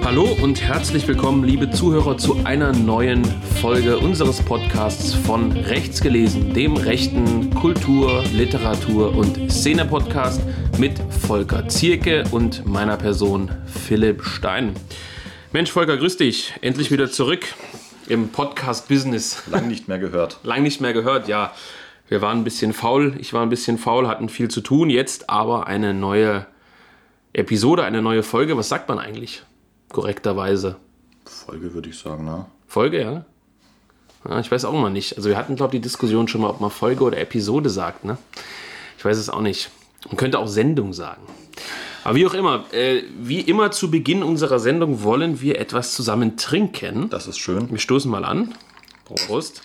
Hallo und herzlich willkommen, liebe Zuhörer, zu einer neuen Folge unseres Podcasts von Rechts gelesen, dem rechten Kultur-, Literatur- und Szene-Podcast mit Volker Zierke und meiner Person Philipp Stein. Mensch, Volker, grüß dich. Endlich wieder zurück im Podcast-Business. Lang nicht mehr gehört. Lang nicht mehr gehört, ja. Wir waren ein bisschen faul, ich war ein bisschen faul, hatten viel zu tun. Jetzt aber eine neue Episode, eine neue Folge. Was sagt man eigentlich korrekterweise? Folge würde ich sagen, ne? Folge, ja? Ja, ich weiß auch noch nicht. Also wir hatten, glaube ich, die Diskussion schon mal, ob man Folge oder Episode sagt, ne? Ich weiß es auch nicht. Man könnte auch Sendung sagen. Aber wie auch immer, wie immer zu Beginn unserer Sendung wollen wir etwas zusammen trinken. Das ist schön. Wir stoßen mal an. Prost.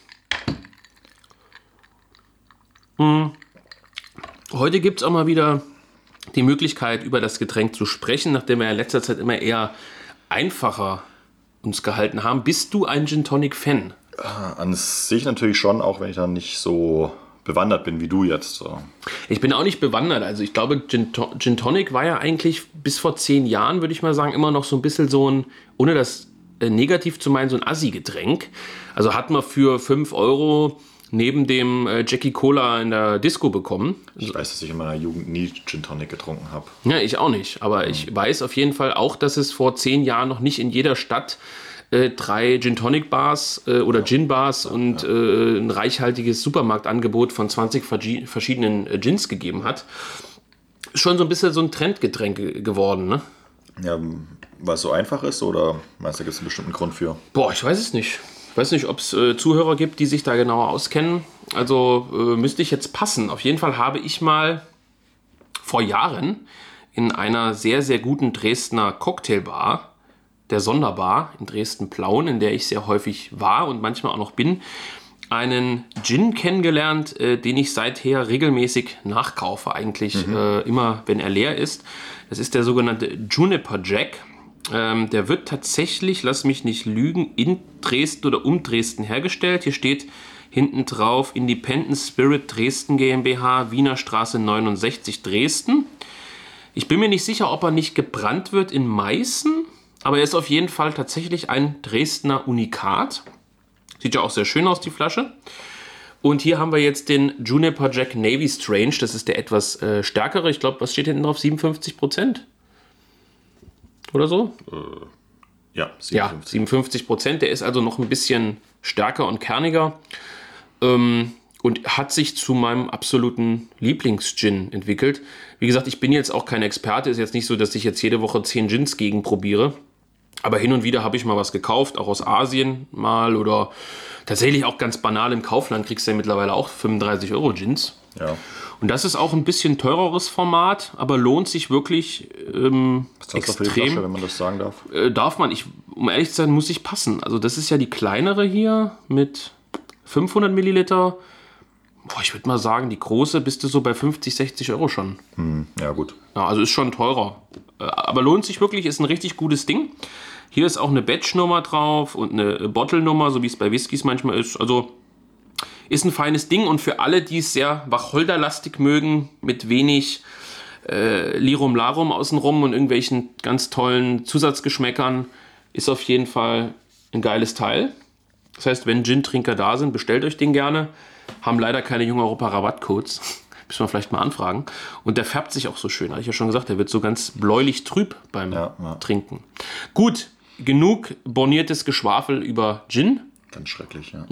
Heute gibt es auch mal wieder die Möglichkeit, über das Getränk zu sprechen, nachdem wir in letzter Zeit immer eher einfacher uns gehalten haben. Bist du ein Gin Tonic Fan? An sich natürlich schon, auch wenn ich da nicht so bewandert bin wie du jetzt. So. Ich bin auch nicht bewandert. Also ich glaube, Gin Tonic war ja eigentlich bis vor 10 Jahren, würde ich mal sagen, immer noch so ein bisschen so ein, ohne das negativ zu meinen, so ein Assi-Getränk. Also hat man für 5 Euro neben dem Jackie Cola in der Disco bekommen. Ich weiß, dass ich in meiner Jugend nie Gin Tonic getrunken habe. Ja, ich auch nicht. Aber ich weiß auf jeden Fall auch, dass es vor 10 Jahren noch nicht in jeder Stadt 3 Gin Tonic Bars oder Gin Bars und ein reichhaltiges Supermarktangebot von 20 verschiedenen Gins gegeben hat. Ist schon so ein bisschen so ein Trendgetränk geworden, ne? Ja, weil es so einfach ist oder meinst du, da gibt es einen bestimmten Grund für? Boah, ich weiß es nicht. Ich weiß nicht, ob es Zuhörer gibt, die sich da genauer auskennen. Also müsste ich jetzt passen. Auf jeden Fall habe ich mal vor Jahren in einer sehr, sehr guten Dresdner Cocktailbar, der Sonderbar in Dresden-Plauen, in der ich sehr häufig war und manchmal auch noch bin, einen Gin kennengelernt, den ich seither regelmäßig nachkaufe. Eigentlich immer, wenn er leer ist. Das ist der sogenannte Juniper Jack. Der wird tatsächlich, lass mich nicht lügen, in Dresden oder um Dresden hergestellt. Hier steht hinten drauf Independent Spirit Dresden GmbH, Wiener Straße 69 Dresden. Ich bin mir nicht sicher, ob er nicht gebrannt wird in Meißen, aber er ist auf jeden Fall tatsächlich ein Dresdner Unikat. Sieht ja auch sehr schön aus, die Flasche. Und hier haben wir jetzt den Juniper Jack Navy Strange. Das ist der etwas stärkere. Ich glaube, was steht hinten drauf? 57%? Oder so? Ja, 57%. Der ist also noch ein bisschen stärker und kerniger und hat sich zu meinem absoluten Lieblingsgin entwickelt. Wie gesagt, ich bin jetzt auch kein Experte. Ist jetzt nicht so, dass ich jetzt jede Woche 10 Gins gegenprobiere. Aber hin und wieder habe ich mal was gekauft, auch aus Asien mal oder tatsächlich auch ganz banal im Kaufland kriegst du ja mittlerweile auch 35 Euro Gins. Ja. Und das ist auch ein bisschen teureres Format, aber lohnt sich wirklich Was ist das für die extrem. Flasche, wenn man das sagen darf? Darf man, um ehrlich zu sein, muss ich passen. Also das ist ja die kleinere hier mit 500 Milliliter. Boah, ich würde mal sagen, die große bist du so bei 50, 60 Euro schon. Ja, gut. Ja, also ist schon teurer. Aber lohnt sich wirklich, ist ein richtig gutes Ding. Hier ist auch eine Batch-Nummer drauf und eine Bottle-Nummer, so wie es bei Whiskys manchmal ist. Also ist ein feines Ding und für alle, die es sehr wacholderlastig mögen, mit wenig Lirum Larum außenrum und irgendwelchen ganz tollen Zusatzgeschmäckern, ist auf jeden Fall ein geiles Teil. Das heißt, wenn Gin-Trinker da sind, bestellt euch den gerne. Haben leider keine Jung Europa Rabattcodes. Müssen wir vielleicht mal anfragen. Und der färbt sich auch so schön. Habe ich ja schon gesagt, der wird so ganz bläulich trüb beim Trinken. Gut, genug borniertes Geschwafel über Gin. Ganz schrecklich, ja.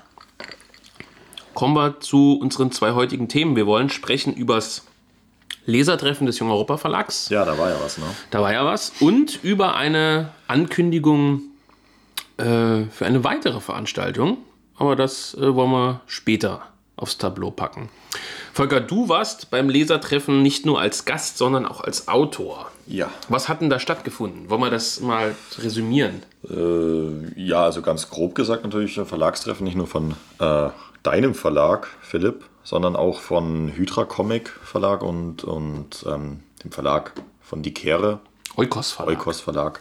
Kommen wir zu unseren 2 heutigen Themen. Wir wollen sprechen übers Lesertreffen des Jung Europa Verlags. Ja, da war ja was, ne? Da war ja was. Und über eine Ankündigung für eine weitere Veranstaltung. Aber das wollen wir später aufs Tableau packen. Volker, du warst beim Lesertreffen nicht nur als Gast, sondern auch als Autor. Ja. Was hat denn da stattgefunden? Wollen wir das mal resümieren? Ja, also ganz grob gesagt natürlich Verlagstreffen, nicht nur von deinem Verlag, Philipp, sondern auch von Hydra Comic Verlag und dem Verlag von Die Kehre. Oikos Verlag.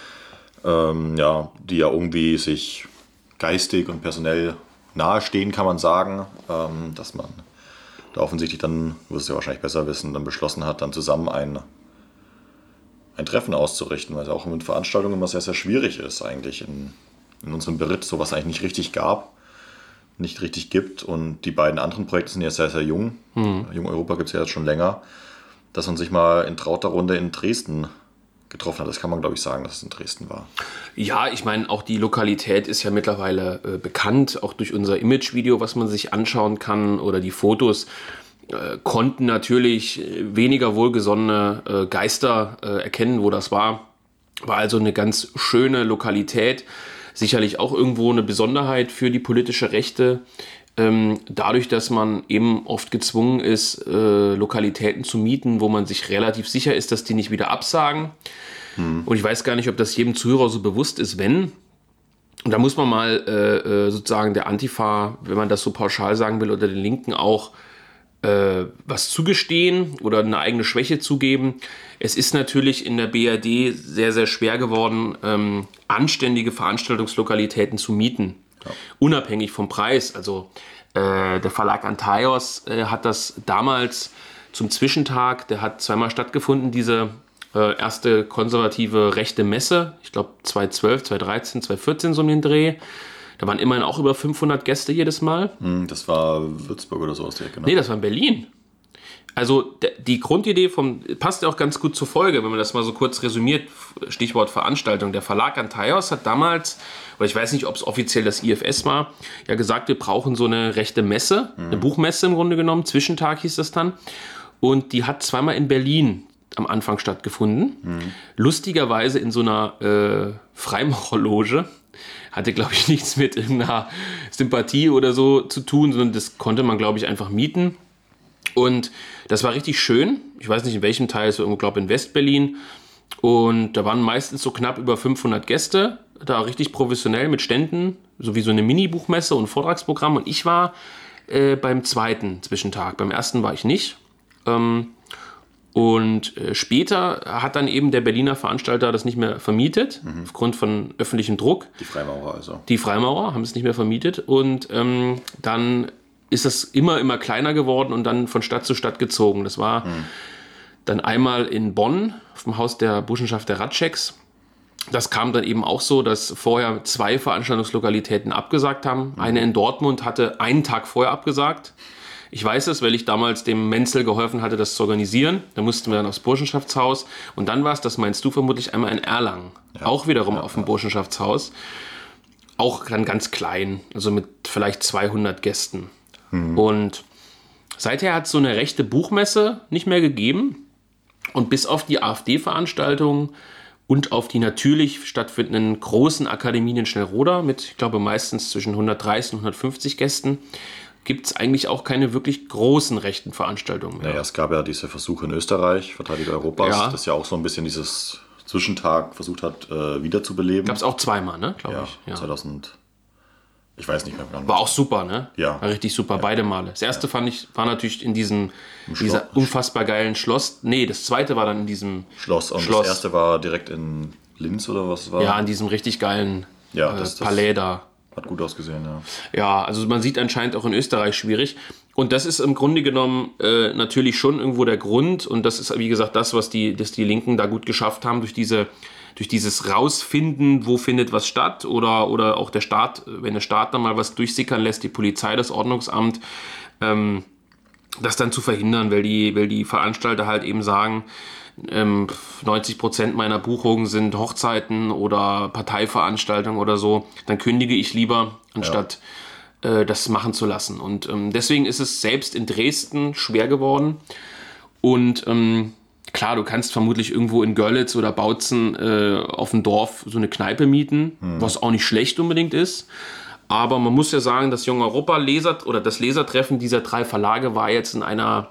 Die ja irgendwie sich geistig und personell nahestehen, kann man sagen, dass man da offensichtlich dann, du wirst es ja wahrscheinlich besser wissen, dann beschlossen hat, dann zusammen ein ein Treffen auszurichten, weil es auch mit Veranstaltungen immer sehr, sehr schwierig ist eigentlich in unserem Beritt sowas eigentlich nicht richtig gab, nicht richtig gibt. Und die beiden anderen Projekte sind ja sehr, sehr jung. Jung Europa gibt es ja jetzt schon länger. Dass man sich mal in trauter Runde in Dresden getroffen hat, das kann man, glaube ich, sagen, dass es in Dresden war. Ja, ich meine, auch die Lokalität ist ja mittlerweile bekannt, auch durch unser Imagevideo, was man sich anschauen kann, oder die Fotos konnten natürlich weniger wohlgesonnene Geister erkennen, wo das war. War also eine ganz schöne Lokalität. Sicherlich auch irgendwo eine Besonderheit für die politische Rechte, dadurch, dass man eben oft gezwungen ist, Lokalitäten zu mieten, wo man sich relativ sicher ist, dass die nicht wieder absagen. Und ich weiß gar nicht, ob das jedem Zuhörer so bewusst ist, wenn. Und da muss man mal sozusagen der Antifa, wenn man das so pauschal sagen will, oder den Linken auch was zugestehen oder eine eigene Schwäche zugeben. Es ist natürlich in der BRD sehr, sehr schwer geworden, anständige Veranstaltungslokalitäten zu mieten. Ja. Unabhängig vom Preis. Also der Verlag Antaios hat das damals zum Zwischentag, der hat zweimal stattgefunden, diese erste konservative rechte Messe. Ich glaube 2012, 2013, 2014 so um den Dreh. Da waren immerhin auch über 500 Gäste jedes Mal. Das war Würzburg oder so aus der Ecke, ne? Nee, das war in Berlin. Also die Grundidee passt ja auch ganz gut zur Folge, wenn man das mal so kurz resümiert, Stichwort Veranstaltung. Der Verlag Antaios hat damals, oder ich weiß nicht, ob es offiziell das IFS war, ja gesagt, wir brauchen so eine rechte Messe, eine Buchmesse im Grunde genommen, Zwischentag hieß das dann. Und die hat zweimal in Berlin am Anfang stattgefunden. Lustigerweise in so einer Freimaurerloge. Hatte, glaube ich, nichts mit irgendeiner Sympathie oder so zu tun, sondern das konnte man, glaube ich, einfach mieten. Und das war richtig schön. Ich weiß nicht, in welchem Teil, es war irgendwo, glaube ich, in West-Berlin. Und da waren meistens so knapp über 500 Gäste, da richtig professionell mit Ständen, so wie so eine Mini-Buchmesse und Vortragsprogramm. Und ich war beim zweiten Zwischentag. Beim ersten war ich nicht. Und später hat dann eben der Berliner Veranstalter das nicht mehr vermietet, aufgrund von öffentlichem Druck. Die Freimaurer also. Die Freimaurer haben es nicht mehr vermietet. Und dann ist das immer kleiner geworden und dann von Stadt zu Stadt gezogen. Das war dann einmal in Bonn, auf dem Haus der Burschenschaft der Ratscheks. Das kam dann eben auch so, dass vorher 2 Veranstaltungslokalitäten abgesagt haben. Eine in Dortmund hatte einen Tag vorher abgesagt. Ich weiß es, weil ich damals dem Menzel geholfen hatte, das zu organisieren. Da mussten wir dann aufs Burschenschaftshaus. Und dann war es, das meinst du vermutlich, einmal in Erlangen. Ja. Auch wiederum auf dem Burschenschaftshaus. Auch dann ganz klein, also mit vielleicht 200 Gästen. Und seither hat es so eine rechte Buchmesse nicht mehr gegeben. Und bis auf die AfD-Veranstaltungen und auf die natürlich stattfindenden großen Akademien in Schnellroda mit, ich glaube, meistens zwischen 130 und 150 Gästen, gibt es eigentlich auch keine wirklich großen rechten Veranstaltungen mehr. Naja, es gab ja diese Versuche in Österreich, Verteidiger Europas, das ja auch so ein bisschen dieses Zwischentag versucht hat, wiederzubeleben. Gab es auch zweimal, ne, glaube ich. Ja, 2000, ich weiß nicht mehr genau. War auch super, ne? Ja. War richtig super, beide Male. Das erste fand ich, war natürlich in dieser unfassbar geilen Schloss. Nee, das zweite war dann in diesem Schloss. Und das erste war direkt in Linz oder was war? Ja, in diesem richtig geilen Palais da. Hat gut ausgesehen, ja. Ja, also man sieht anscheinend auch in Österreich schwierig. Und das ist im Grunde genommen natürlich schon irgendwo der Grund. Und das ist, wie gesagt, das, was die Linken da gut geschafft haben, durch dieses Rausfinden, wo findet was statt. Oder auch der Staat, wenn der Staat dann mal was durchsickern lässt, die Polizei, das Ordnungsamt, das dann zu verhindern, weil die Veranstalter halt eben sagen, 90% meiner Buchungen sind Hochzeiten oder Parteiveranstaltungen oder so, dann kündige ich lieber, anstatt das machen zu lassen. Und deswegen ist es selbst in Dresden schwer geworden. Und klar, du kannst vermutlich irgendwo in Görlitz oder Bautzen auf dem Dorf so eine Kneipe mieten, was auch nicht schlecht unbedingt ist. Aber man muss ja sagen, das Jung Europa das Lesertreffen dieser 3 Verlage war jetzt in einer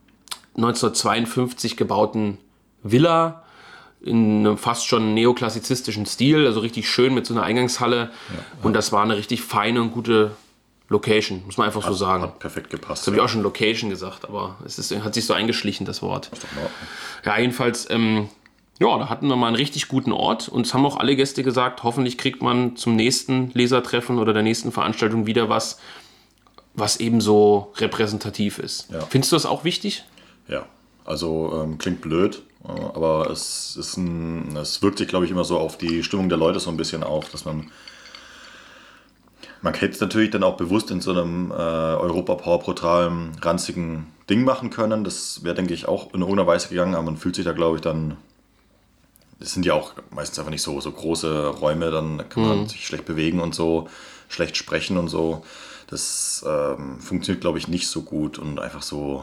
1952 gebauten Villa in einem fast schon neoklassizistischen Stil, also richtig schön mit so einer Eingangshalle. Ja. Und das war eine richtig feine und gute Location, muss man einfach so sagen. Hat perfekt gepasst. Das habe ich auch schon Location gesagt, aber hat sich so eingeschlichen, das Wort. Ist doch in Ordnung. Ja, jedenfalls, da hatten wir mal einen richtig guten Ort und es haben auch alle Gäste gesagt, hoffentlich kriegt man zum nächsten Lesertreffen oder der nächsten Veranstaltung wieder was eben so repräsentativ ist. Ja. Findest du das auch wichtig? Ja, also klingt blöd Aber es wirkt sich, glaube ich, immer so auf die Stimmung der Leute so ein bisschen auf, dass man hätte es natürlich dann auch bewusst in so einem Europa-Power-Portal ranzigen Ding machen können. Das wäre, denke ich, auch in irgendeiner Weise gegangen, aber man fühlt sich da, glaube ich, dann. Es sind ja auch meistens einfach nicht so große Räume, dann kann man sich schlecht bewegen und so, schlecht sprechen und so. Das funktioniert, glaube ich, nicht so gut und einfach so,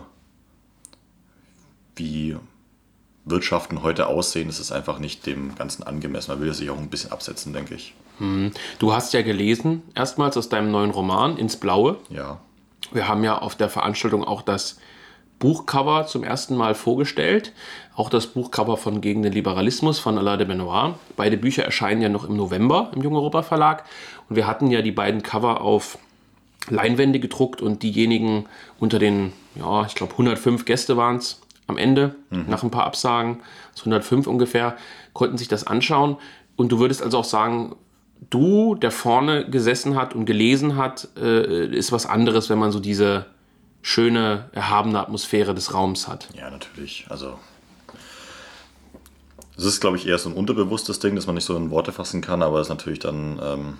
wie Wirtschaften heute aussehen, das ist einfach nicht dem Ganzen angemessen. Man will sich auch ein bisschen absetzen, denke ich. Du hast ja gelesen, erstmals aus deinem neuen Roman, Ins Blaue. Ja. Wir haben ja auf der Veranstaltung auch das Buchcover zum ersten Mal vorgestellt. Auch das Buchcover von Gegen den Liberalismus von Alain de Benoist. Beide Bücher erscheinen ja noch im November im Jung Europa Verlag. Und wir hatten ja die beiden Cover auf Leinwände gedruckt und diejenigen unter den, ja, ich glaube 105 Gäste waren es am Ende, nach ein paar Absagen, so 105 ungefähr, konnten sich das anschauen. Und du würdest also auch sagen, du, der vorne gesessen hat und gelesen hat, ist was anderes, wenn man so diese schöne, erhabene Atmosphäre des Raums hat. Ja, natürlich. Also es ist, glaube ich, eher so ein unterbewusstes Ding, das man nicht so in Worte fassen kann, aber es natürlich dann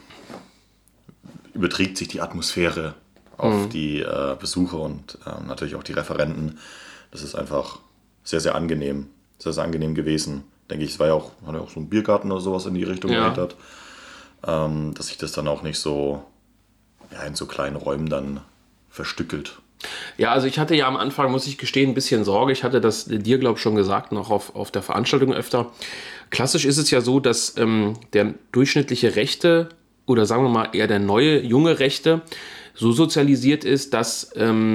überträgt sich die Atmosphäre auf die Besucher und natürlich auch die Referenten. Das ist einfach sehr, sehr angenehm. Sehr, sehr angenehm gewesen. Denke ich, es war ja auch, hat ja auch so ein Biergarten oder sowas in die Richtung geändert. Dass sich das dann auch nicht so in so kleinen Räumen dann verstückelt. Ja, also ich hatte ja am Anfang, muss ich gestehen, ein bisschen Sorge. Ich hatte das dir, glaube ich, schon gesagt, noch auf der Veranstaltung öfter. Klassisch ist es ja so, dass der durchschnittliche Rechte oder sagen wir mal eher der neue, junge Rechte so sozialisiert ist, dass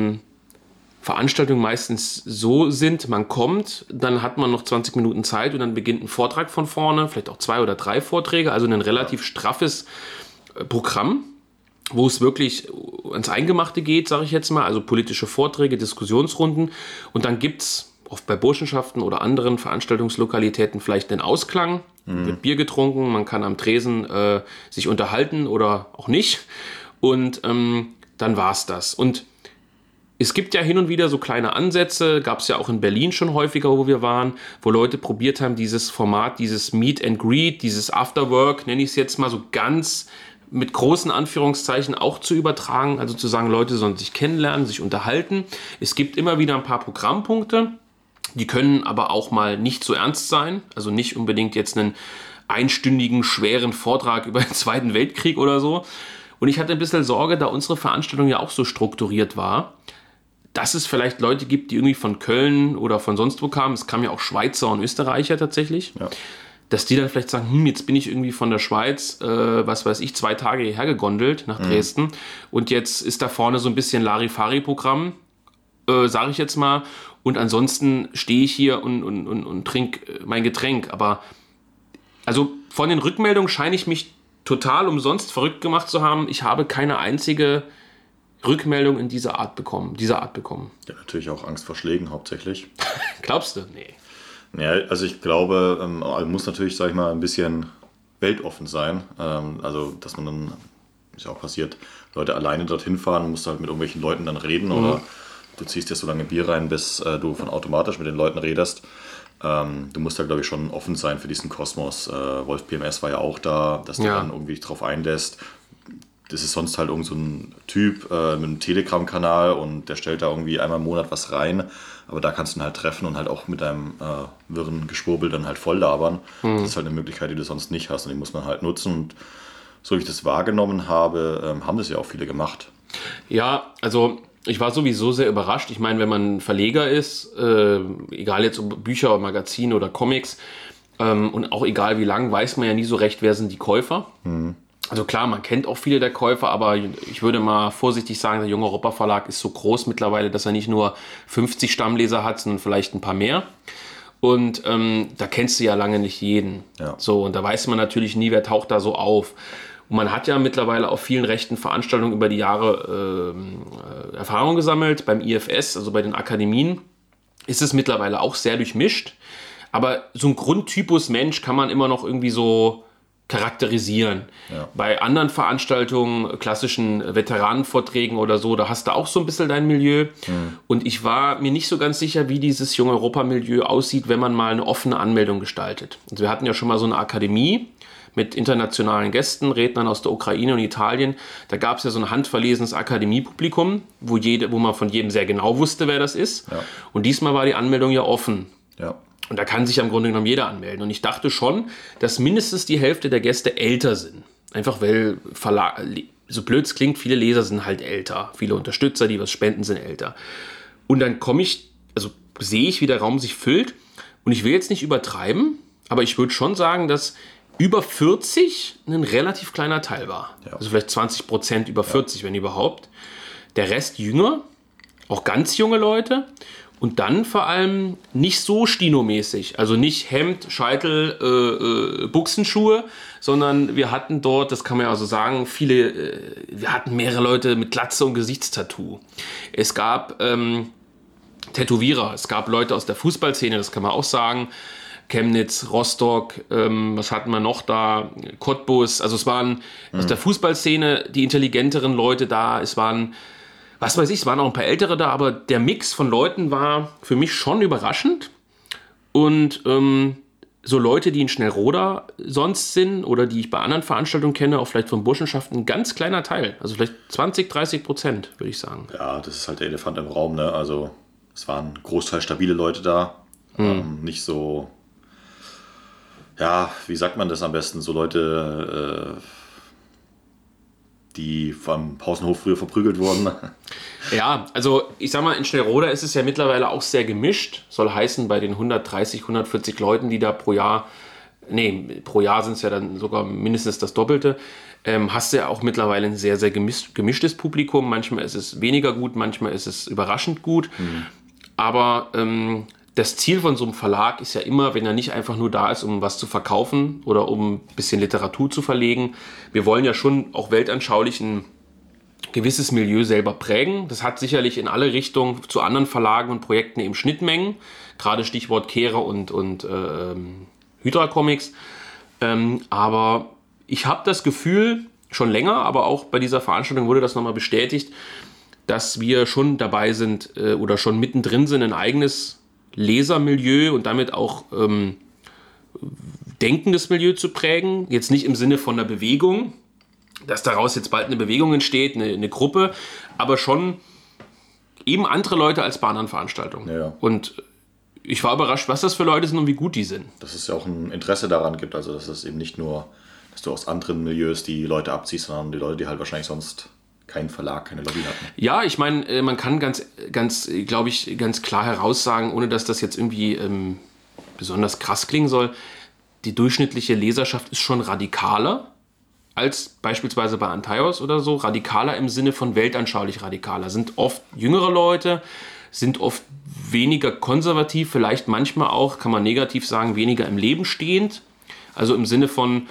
Veranstaltungen meistens so sind, man kommt, dann hat man noch 20 Minuten Zeit und dann beginnt ein Vortrag von vorne, vielleicht auch 2 oder 3 Vorträge, also ein relativ straffes Programm, wo es wirklich ans Eingemachte geht, sage ich jetzt mal, also politische Vorträge, Diskussionsrunden und dann gibt es oft bei Burschenschaften oder anderen Veranstaltungslokalitäten vielleicht einen Ausklang, wird Bier getrunken, man kann am Tresen sich unterhalten oder auch nicht und dann war es das. Und es gibt ja hin und wieder so kleine Ansätze, gab es ja auch in Berlin schon häufiger, wo wir waren, wo Leute probiert haben, dieses Format, dieses Meet and Greet, dieses Afterwork, nenne ich es jetzt mal so ganz mit großen Anführungszeichen auch zu übertragen, also zu sagen, Leute sollen sich kennenlernen, sich unterhalten. Es gibt immer wieder ein paar Programmpunkte, die können aber auch mal nicht so ernst sein, also nicht unbedingt jetzt einen einstündigen, schweren Vortrag über den Zweiten Weltkrieg oder so. Und ich hatte ein bisschen Sorge, da unsere Veranstaltung ja auch so strukturiert war, dass es vielleicht Leute gibt, die irgendwie von Köln oder von sonst wo kamen, es kamen ja auch Schweizer und Österreicher tatsächlich, dass die dann vielleicht sagen, jetzt bin ich irgendwie von der Schweiz, 2 Tage hierher gegondelt nach Dresden und jetzt ist da vorne so ein bisschen Larifari-Programm, sage ich jetzt mal, und ansonsten stehe ich hier und trinke mein Getränk, aber also von den Rückmeldungen scheine ich mich total umsonst verrückt gemacht zu haben. Ich habe keine einzige Rückmeldung in dieser Art bekommen. Ja, natürlich auch Angst vor Schlägen hauptsächlich. Glaubst du? Nee. Ja, also ich glaube, man muss natürlich, sag ich mal, ein bisschen weltoffen sein. Also, dass man dann, ist ja auch passiert, Leute alleine dorthin fahren, musst halt mit irgendwelchen Leuten dann reden oder du ziehst dir so lange Bier rein, bis du von automatisch mit den Leuten redest. Du musst da, glaube ich, schon offen sein für diesen Kosmos. Wolf PMS war ja auch da, dass du dann irgendwie dich drauf einlässt. Das ist sonst halt irgend so ein Typ mit einem Telegram-Kanal und der stellt da irgendwie einmal im Monat was rein. Aber da kannst du ihn halt treffen und halt auch mit deinem wirren Geschwurbel dann halt voll labern. Das ist halt eine Möglichkeit, die du sonst nicht hast und die muss man halt nutzen. Und so wie ich das wahrgenommen habe, haben das ja auch viele gemacht. Ja, also ich war sowieso sehr überrascht. Ich meine, wenn man Verleger ist, egal jetzt ob Bücher, Magazine oder Comics, und auch egal wie lang, weiß man ja nie so recht, wer sind die Käufer. Also klar, man kennt auch viele der Käufer, aber ich würde mal vorsichtig sagen, der Jung Europa Verlag ist so groß mittlerweile, dass er nicht nur 50 Stammleser hat, sondern vielleicht ein paar mehr. Und da kennst du ja lange nicht jeden. Ja. So, und da weiß man natürlich nie, wer taucht da so auf. Und man hat ja mittlerweile auf vielen rechten Veranstaltungen über die Jahre Erfahrung gesammelt. Beim IFS, also bei den Akademien, ist es mittlerweile auch sehr durchmischt. Aber so ein Grundtypus Mensch kann man immer noch irgendwie so charakterisieren. Ja. Bei anderen Veranstaltungen, klassischen Veteranenvorträgen oder so, da hast du auch so ein bisschen dein Milieu. Und ich war mir nicht so ganz sicher, wie dieses Junge Europa-Milieu aussieht, wenn man mal eine offene Anmeldung gestaltet. Also wir hatten ja schon mal so eine Akademie mit internationalen Gästen, Rednern aus der Ukraine und Italien. Da gab es ja so ein handverlesenes Akademiepublikum, wo man von jedem sehr genau wusste, wer das ist. Ja. Und diesmal war die Anmeldung ja offen. Ja. Und da kann sich ja im Grunde genommen jeder anmelden. Und ich dachte schon, dass mindestens die Hälfte der Gäste älter sind. Einfach weil, so blöd es klingt, viele Leser sind halt älter. Viele Unterstützer, die was spenden, sind älter. Und dann sehe ich, wie der Raum sich füllt. Und ich will jetzt nicht übertreiben, aber ich würde schon sagen, dass über 40 ein relativ kleiner Teil war. Ja. Also vielleicht 20% über 40, wenn überhaupt. Der Rest jünger, auch ganz junge Leute. Und dann vor allem nicht so stinomäßig. Also nicht Hemd, Scheitel, Buchsenschuhe, sondern wir hatten dort, das kann man ja also sagen, wir hatten mehrere Leute mit Glatze und Gesichtstattoo. Es gab Tätowierer, es gab Leute aus der Fußballszene, das kann man auch sagen. Chemnitz, Rostock, was hatten wir noch da? Cottbus. Also es waren aus der Fußballszene die intelligenteren Leute da. Es waren, was weiß ich, es waren auch ein paar Ältere da, aber der Mix von Leuten war für mich schon überraschend. Und so Leute, die in Schnellroda sonst sind oder die ich bei anderen Veranstaltungen kenne, auch vielleicht von Burschenschaften, ein ganz kleiner Teil. Also vielleicht 20-30%, würde ich sagen. Ja, das ist halt der Elefant im Raum, ne? Also es waren ein Großteil stabile Leute da. Nicht so, ja, wie sagt man das am besten? So Leute, die vom Pausenhof früher verprügelt wurden. Ja, also ich sag mal, in Schnellroda ist es ja mittlerweile auch sehr gemischt. Soll heißen, bei den 130, 140 Leuten, die da pro Jahr sind es ja dann sogar mindestens das Doppelte, hast du ja auch mittlerweile ein sehr, sehr gemischtes Publikum. Manchmal ist es weniger gut, manchmal ist es überraschend gut. Aber das Ziel von so einem Verlag ist ja immer, wenn er nicht einfach nur da ist, um was zu verkaufen oder um ein bisschen Literatur zu verlegen. Wir wollen ja schon auch weltanschaulich ein gewisses Milieu selber prägen. Das hat sicherlich in alle Richtungen zu anderen Verlagen und Projekten eben Schnittmengen. Gerade Stichwort Kehrer und Hydra Comics. Aber ich habe das Gefühl, schon länger, aber auch bei dieser Veranstaltung wurde das nochmal bestätigt, dass wir schon dabei sind oder schon mittendrin sind, ein eigenes Lesermilieu und damit auch denkendes Milieu zu prägen. Jetzt nicht im Sinne von einer Bewegung, dass daraus jetzt bald eine Bewegung entsteht, eine Gruppe, aber schon eben andere Leute als bei anderen Veranstaltungen. Ja. Und ich war überrascht, was das für Leute sind und wie gut die sind. Dass es ja auch ein Interesse daran gibt, also dass es eben nicht nur, dass du aus anderen Milieus die Leute abziehst, sondern die Leute, die halt wahrscheinlich sonst keinen Verlag, keine Lobby hatten. Ja, ich meine, man kann ganz, glaube ich, ganz klar heraussagen, ohne dass das jetzt irgendwie besonders krass klingen soll, die durchschnittliche Leserschaft ist schon radikaler als beispielsweise bei Antaios oder so. Radikaler im Sinne von weltanschaulich radikaler. Sind oft jüngere Leute, sind oft weniger konservativ, vielleicht manchmal auch, kann man negativ sagen, weniger im Leben stehend. Also im Sinne von...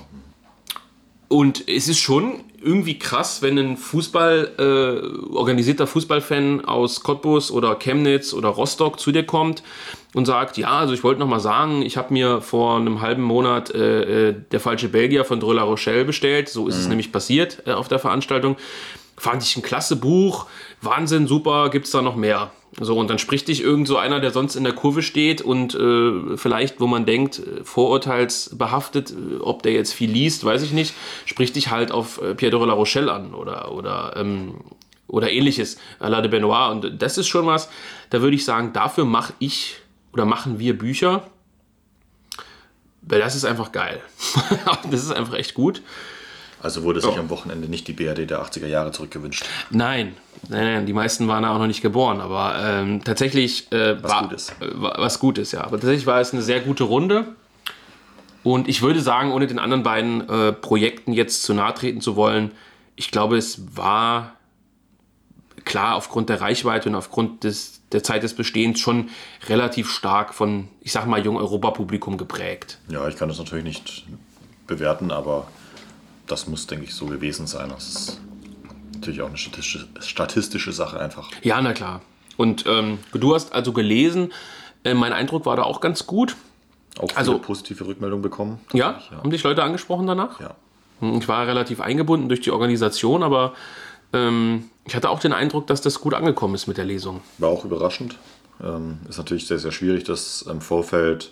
Und es ist schon irgendwie krass, wenn ein organisierter Fußballfan aus Cottbus oder Chemnitz oder Rostock zu dir kommt und sagt, ja, also ich wollte noch mal sagen, ich habe mir vor einem halben Monat Der falsche Belgier von Dreux La Rochelle bestellt. So ist es nämlich passiert auf der Veranstaltung. Fand ich ein klasse Buch. Wahnsinn, super, gibt es da noch mehr? So, und dann spricht dich irgend so einer, der sonst in der Kurve steht und vielleicht, wo man denkt, vorurteilsbehaftet, ob der jetzt viel liest, weiß ich nicht, spricht dich halt auf Pierre de La Rochelle an oder ähnliches, Alain de Benoit. Und das ist schon was, da würde ich sagen, dafür machen wir Bücher, weil das ist einfach geil. Das ist einfach echt gut. Also wurde sich am Wochenende nicht die BRD der 80er Jahre zurückgewünscht? Nein, die meisten waren da auch noch nicht geboren, aber tatsächlich was Gutes, ja. Aber tatsächlich war es eine sehr gute Runde und ich würde sagen, ohne den anderen beiden Projekten jetzt zu nahe treten zu wollen, ich glaube, es war klar aufgrund der Reichweite und aufgrund der Zeit des Bestehens schon relativ stark von, ich sag mal, Jung-Europa-Publikum geprägt. Ja, ich kann das natürlich nicht bewerten, aber das muss, denke ich, so gewesen sein. Das ist natürlich auch eine statistische Sache einfach. Ja, na klar. Und du hast also gelesen, mein Eindruck war da auch ganz gut. Auch viele positive Rückmeldungen bekommen. Ja? Haben dich Leute angesprochen danach? Ja. Ich war relativ eingebunden durch die Organisation, aber ich hatte auch den Eindruck, dass das gut angekommen ist mit der Lesung. War auch überraschend. Ist natürlich sehr, sehr schwierig, das im Vorfeld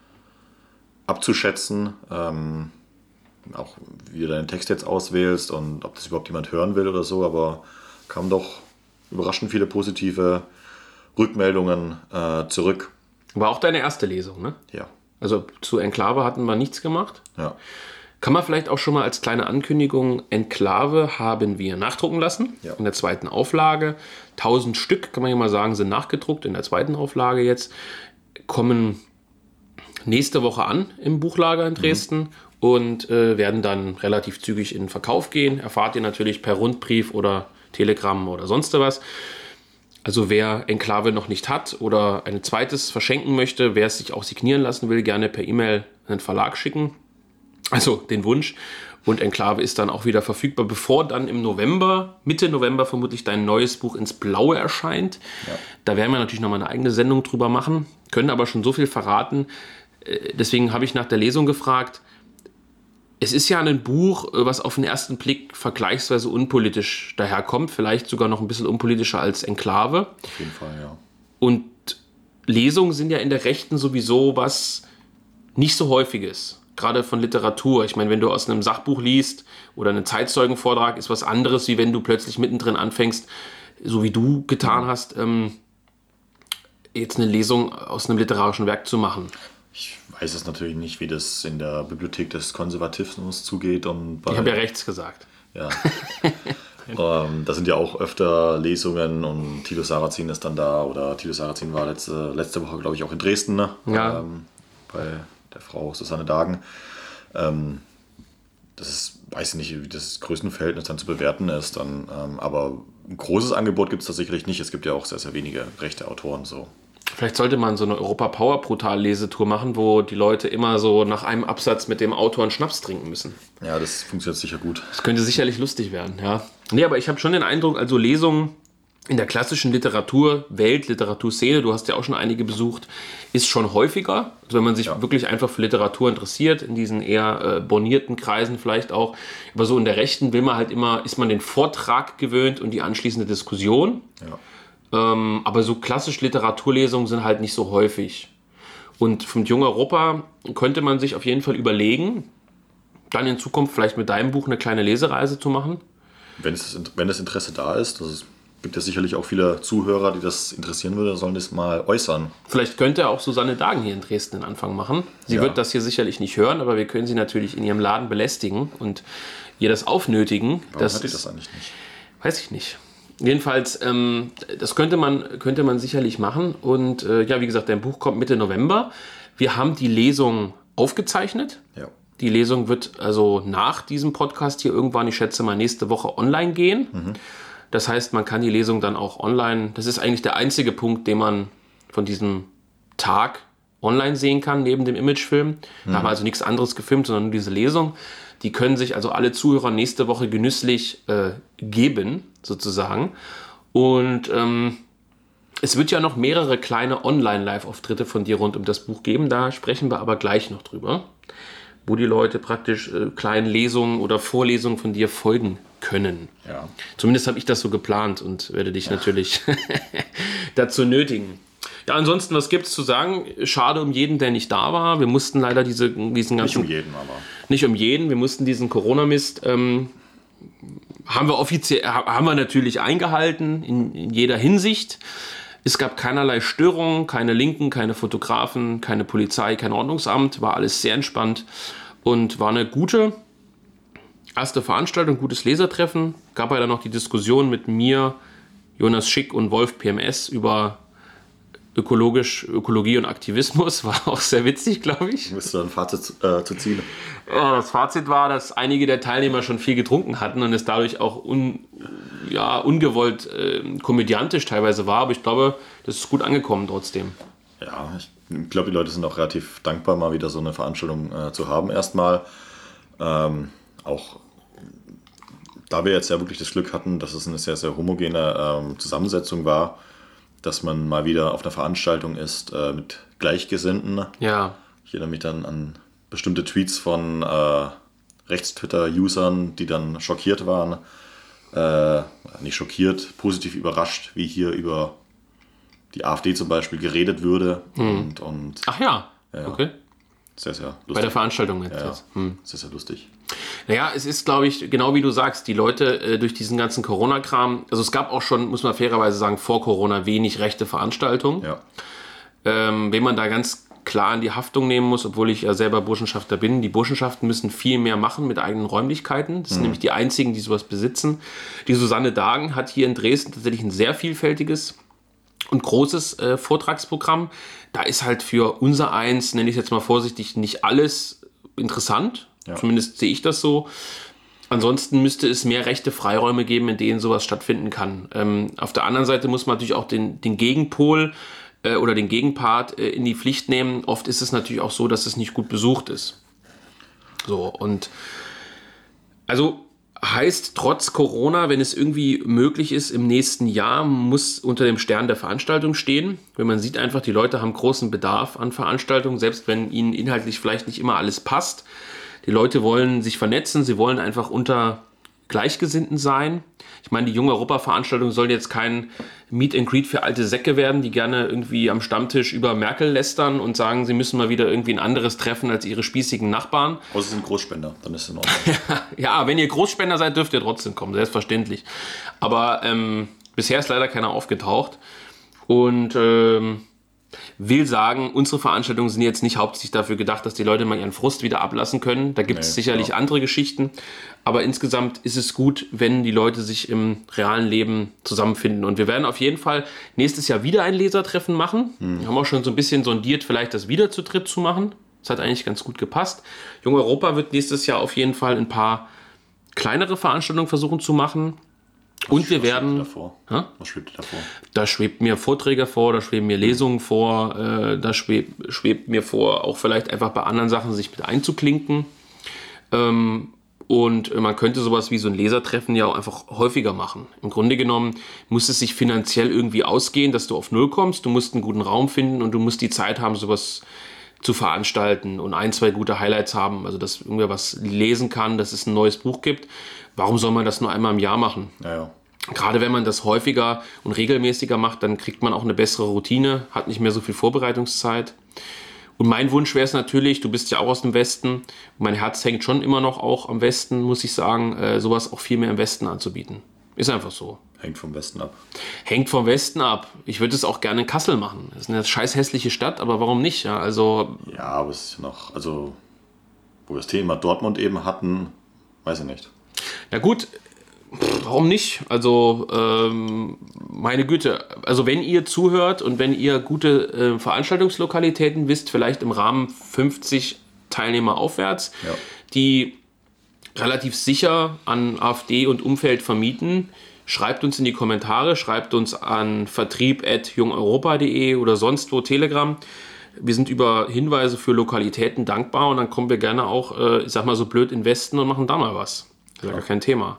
abzuschätzen. Auch wie du deinen Text jetzt auswählst und ob das überhaupt jemand hören will oder so, aber kamen doch überraschend viele positive Rückmeldungen zurück. War auch deine erste Lesung, ne? Ja. Also zu Enklave hatten wir nichts gemacht. Ja. Kann man vielleicht auch schon mal als kleine Ankündigung, Enklave haben wir nachdrucken lassen, Ja. in der zweiten Auflage. 1000 Stück, kann man ja mal sagen, sind nachgedruckt in der zweiten Auflage jetzt. Kommen nächste Woche an im Buchlager in Dresden und werden dann relativ zügig in den Verkauf gehen. Erfahrt ihr natürlich per Rundbrief oder Telegramm oder sonst was. Also wer Enklave noch nicht hat oder ein zweites verschenken möchte, wer es sich auch signieren lassen will, gerne per E-Mail an den Verlag schicken. Also den Wunsch. Und Enklave ist dann auch wieder verfügbar, bevor dann im November, Mitte November vermutlich dein neues Buch ins Blaue erscheint. Ja. Da werden wir natürlich nochmal eine eigene Sendung drüber machen, können aber schon so viel verraten. Deswegen habe ich nach der Lesung gefragt. Es ist ja ein Buch, was auf den ersten Blick vergleichsweise unpolitisch daherkommt, vielleicht sogar noch ein bisschen unpolitischer als Enklave. Auf jeden Fall, ja. Und Lesungen sind ja in der Rechten sowieso was nicht so Häufiges, gerade von Literatur. Ich meine, wenn du aus einem Sachbuch liest oder einen Zeitzeugenvortrag, ist was anderes, wie wenn du plötzlich mittendrin anfängst, so wie du getan hast, jetzt eine Lesung aus einem literarischen Werk zu machen. Ich weiß es natürlich nicht, wie das in der Bibliothek des Konservatismus zugeht. Ich habe ja rechts gesagt. Ja. Da sind ja auch öfter Lesungen und Thilo Sarrazin ist dann da. Oder Thilo Sarrazin war letzte Woche, glaube ich, auch in Dresden, ne? Ja. Bei der Frau Susanne Dagen. Das ist, weiß ich nicht, wie das Größenverhältnis dann zu bewerten ist. Aber ein großes Angebot gibt es da sicherlich nicht. Es gibt ja auch sehr, sehr wenige rechte Autoren so. Vielleicht sollte man so eine Europa-Power-Brutal-Lesetour machen, wo die Leute immer so nach einem Absatz mit dem Autor einen Schnaps trinken müssen. Ja, das funktioniert sicher gut. Das könnte sicherlich lustig werden, ja. Nee, aber ich habe schon den Eindruck, also Lesungen in der klassischen Literaturwelt, Literaturszene, du hast ja auch schon einige besucht, ist schon häufiger. Also wenn man sich wirklich einfach für Literatur interessiert, in diesen eher bornierten Kreisen vielleicht auch. Aber so in der Rechten will man halt immer, ist man den Vortrag gewöhnt und die anschließende Diskussion. Ja. Aber so klassisch Literaturlesungen sind halt nicht so häufig. Und vom Jung Europa könnte man sich auf jeden Fall überlegen, dann in Zukunft vielleicht mit deinem Buch eine kleine Lesereise zu machen. Wenn das Interesse da ist, es gibt ja sicherlich auch viele Zuhörer, die das interessieren würde, sollen das mal äußern. Vielleicht könnte auch Susanne Dagen hier in Dresden den Anfang machen. Sie wird das hier sicherlich nicht hören, aber wir können sie natürlich in ihrem Laden belästigen und ihr das aufnötigen. Warum hat die das eigentlich nicht? Weiß ich nicht. Jedenfalls, das könnte man sicherlich machen. Und ja, wie gesagt, dein Buch kommt Mitte November. Wir haben die Lesung aufgezeichnet. Ja. Die Lesung wird also nach diesem Podcast hier irgendwann, ich schätze mal nächste Woche, online gehen. Das heißt, man kann die Lesung dann auch online, das ist eigentlich der einzige Punkt, den man von diesem Tag online sehen kann, neben dem Imagefilm. Da haben wir also nichts anderes gefilmt, sondern nur diese Lesung. Die können sich also alle Zuhörer nächste Woche genüsslich geben, sozusagen. Und es wird ja noch mehrere kleine Online-Live-Auftritte von dir rund um das Buch geben. Da sprechen wir aber gleich noch drüber, wo die Leute praktisch kleinen Lesungen oder Vorlesungen von dir folgen können. Ja. Zumindest habe ich das so geplant und werde dich natürlich dazu nötigen. Ja, ansonsten, was gibt es zu sagen? Schade um jeden, der nicht da war. Wir mussten leider diesen ganzen... Nicht um jeden, aber... Nicht um jeden. Wir mussten diesen Corona-Mist... haben wir natürlich eingehalten, in jeder Hinsicht. Es gab keinerlei Störungen, keine Linken, keine Fotografen, keine Polizei, kein Ordnungsamt. War alles sehr entspannt und war eine gute erste Veranstaltung, gutes Lesertreffen. Gab ja dann noch die Diskussion mit mir, Jonas Schick und Wolf PMS über Ökologie und Aktivismus. War auch sehr witzig, glaube ich. Müsste ein Fazit zu ziehen. Ja, das Fazit war, dass einige der Teilnehmer schon viel getrunken hatten und es dadurch auch ungewollt komödiantisch teilweise war. Aber ich glaube, das ist gut angekommen trotzdem. Ja, ich glaube, die Leute sind auch relativ dankbar, mal wieder so eine Veranstaltung zu haben. Erstmal auch, da wir jetzt ja wirklich das Glück hatten, dass es eine sehr, sehr homogene Zusammensetzung war, dass man mal wieder auf einer Veranstaltung ist mit Gleichgesinnten. Ja. Ich erinnere mich dann an bestimmte Tweets von Rechts-Twitter-Usern, die dann schockiert waren. Nicht schockiert, positiv überrascht, wie hier über die AfD zum Beispiel geredet würde. Und Ach ja, okay. Sehr, sehr lustig. Bei der Veranstaltung jetzt. Ja, sehr, sehr lustig. Naja, es ist, glaube ich, genau wie du sagst, die Leute durch diesen ganzen Corona-Kram, also es gab auch schon, muss man fairerweise sagen, vor Corona wenig rechte Veranstaltungen. Ja. Wenn man da ganz klar in die Haftung nehmen muss, obwohl ich ja selber Burschenschafter bin, die Burschenschaften müssen viel mehr machen mit eigenen Räumlichkeiten. Das sind nämlich die einzigen, die sowas besitzen. Die Susanne Dagen hat hier in Dresden tatsächlich ein sehr vielfältiges und großes Vortragsprogramm. Da ist halt für unser Eins, nenne ich jetzt mal vorsichtig, nicht alles interessant. Ja. Zumindest sehe ich das so. Ansonsten müsste es mehr rechte Freiräume geben, in denen sowas stattfinden kann. Auf der anderen Seite muss man natürlich auch den Gegenpol oder den Gegenpart in die Pflicht nehmen. Oft ist es natürlich auch so, dass es nicht gut besucht ist. So, und also heißt trotz Corona, wenn es irgendwie möglich ist, im nächsten Jahr muss unter dem Stern der Veranstaltung stehen. Wenn man sieht einfach, die Leute haben großen Bedarf an Veranstaltungen, selbst wenn ihnen inhaltlich vielleicht nicht immer alles passt. Die Leute wollen sich vernetzen, sie wollen einfach unter Gleichgesinnten sein. Ich meine, die Junge Europa-Veranstaltung soll jetzt kein Meet and Greet für alte Säcke werden, die gerne irgendwie am Stammtisch über Merkel lästern und sagen, sie müssen mal wieder irgendwie ein anderes treffen als ihre spießigen Nachbarn. Außer sie sind Großspender, dann ist es in Ordnung. Ja, wenn ihr Großspender seid, dürft ihr trotzdem kommen, selbstverständlich. Aber bisher ist leider keiner aufgetaucht. Und will sagen, unsere Veranstaltungen sind jetzt nicht hauptsächlich dafür gedacht, dass die Leute mal ihren Frust wieder ablassen können. Da gibt es sicherlich andere Geschichten. Aber insgesamt ist es gut, wenn die Leute sich im realen Leben zusammenfinden. Und wir werden auf jeden Fall nächstes Jahr wieder ein Lesertreffen machen. Wir haben auch schon so ein bisschen sondiert, vielleicht das wieder zu dritt zu machen. Das hat eigentlich ganz gut gepasst. Jung Europa wird nächstes Jahr auf jeden Fall ein paar kleinere Veranstaltungen versuchen zu machen. Und wir werden. Was schwebt davor? Da schwebt mir Vorträge vor, da schweben mir Lesungen vor, da schwebt mir vor, auch vielleicht einfach bei anderen Sachen sich mit einzuklinken. Und man könnte sowas wie so ein Lesertreffen ja auch einfach häufiger machen. Im Grunde genommen muss es sich finanziell irgendwie ausgehen, dass du auf Null kommst. Du musst einen guten Raum finden und du musst die Zeit haben, sowas zu veranstalten und 1, 2 gute Highlights haben. Also, dass irgendwer was lesen kann, dass es ein neues Buch gibt. Warum soll man das nur einmal im Jahr machen? Ja. Gerade wenn man das häufiger und regelmäßiger macht, dann kriegt man auch eine bessere Routine, hat nicht mehr so viel Vorbereitungszeit. Und mein Wunsch wäre es natürlich, du bist ja auch aus dem Westen, und mein Herz hängt schon immer noch auch am Westen, muss ich sagen, sowas auch viel mehr im Westen anzubieten. Ist einfach so. Hängt vom Westen ab. Hängt vom Westen ab. Ich würde es auch gerne in Kassel machen. Das ist eine scheiß hässliche Stadt, aber warum nicht? Ja, aber es ist noch, wo wir das Thema Dortmund eben hatten, weiß ich nicht. Na gut, warum nicht? Also, meine Güte. Also, wenn ihr zuhört und wenn ihr gute Veranstaltungslokalitäten wisst, vielleicht im Rahmen 50 Teilnehmer aufwärts, die relativ sicher an AfD und Umfeld vermieten, schreibt uns in die Kommentare, schreibt uns an vertrieb@jungeuropa.de oder sonst wo, Telegram. Wir sind über Hinweise für Lokalitäten dankbar und dann kommen wir gerne auch, ich sag mal so blöd, in den Westen und machen da mal was. Das ist ja gar kein Thema.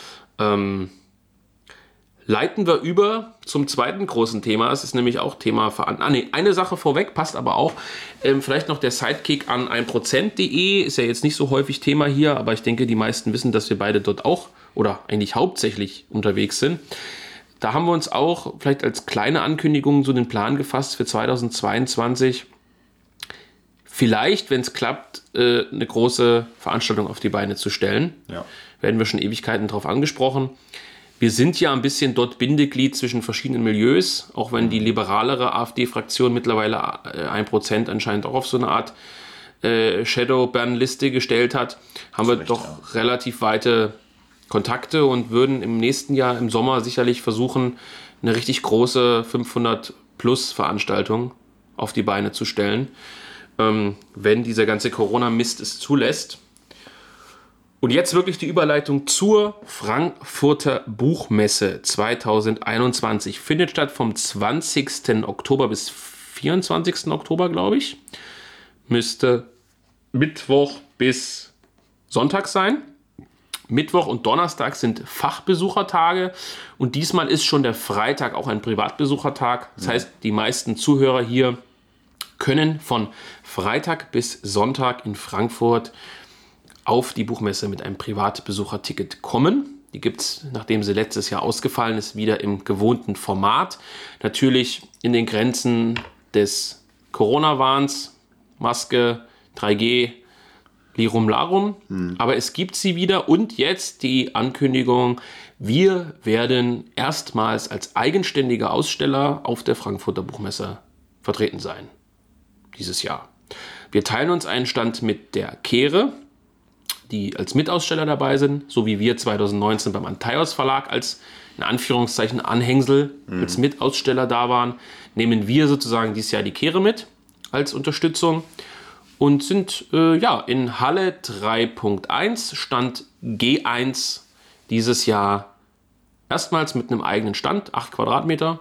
Leiten wir über zum zweiten großen Thema. Es ist nämlich auch Thema eine Sache vorweg, passt aber auch. Vielleicht noch der Sidekick an 1%.de. Ist ja jetzt nicht so häufig Thema hier, aber ich denke, die meisten wissen, dass wir beide dort auch oder eigentlich hauptsächlich unterwegs sind. Da haben wir uns auch vielleicht als kleine Ankündigung so den Plan gefasst für 2022. Vielleicht, wenn es klappt, eine große Veranstaltung auf die Beine zu stellen. Ja. Werden wir schon Ewigkeiten drauf angesprochen. Wir sind ja ein bisschen dort Bindeglied zwischen verschiedenen Milieus, auch wenn die liberalere AfD-Fraktion mittlerweile 1% anscheinend auch auf so eine Art Shadow-Ban-Liste gestellt hat, haben wir doch relativ weite Kontakte und würden im nächsten Jahr im Sommer sicherlich versuchen, eine richtig große 500-plus-Veranstaltung auf die Beine zu stellen, wenn dieser ganze Corona-Mist es zulässt. Und jetzt wirklich die Überleitung zur Frankfurter Buchmesse 2021. Findet statt vom 20. Oktober bis 24. Oktober, glaube ich. Müsste Mittwoch bis Sonntag sein. Mittwoch und Donnerstag sind Fachbesuchertage und diesmal ist schon der Freitag auch ein Privatbesuchertag. Das heißt, die meisten Zuhörer hier können von Freitag bis Sonntag in Frankfurt auf die Buchmesse mit einem Privatbesucherticket kommen. Die gibt es, nachdem sie letztes Jahr ausgefallen ist, wieder im gewohnten Format. Natürlich in den Grenzen des Corona-Wahns, Maske, 3G, Lirum Larum. Aber es gibt sie wieder und jetzt die Ankündigung, wir werden erstmals als eigenständiger Aussteller auf der Frankfurter Buchmesse vertreten sein. Dieses Jahr. Wir teilen uns einen Stand mit der Kehre, die als Mitaussteller dabei sind, so wie wir 2019 beim Antaios Verlag als, in Anführungszeichen, Anhängsel, als Mitaussteller da waren, nehmen wir sozusagen dieses Jahr die Kehre mit als Unterstützung und sind in Halle 3.1, Stand G1, dieses Jahr erstmals mit einem eigenen Stand, 8 Quadratmeter,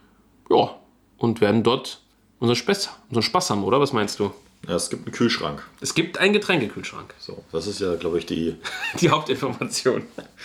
und werden dort unseren Spaß haben, oder? Was meinst du? Ja, es gibt einen Kühlschrank. Es gibt einen Getränkekühlschrank. So, das ist ja, glaube ich, die Hauptinformation.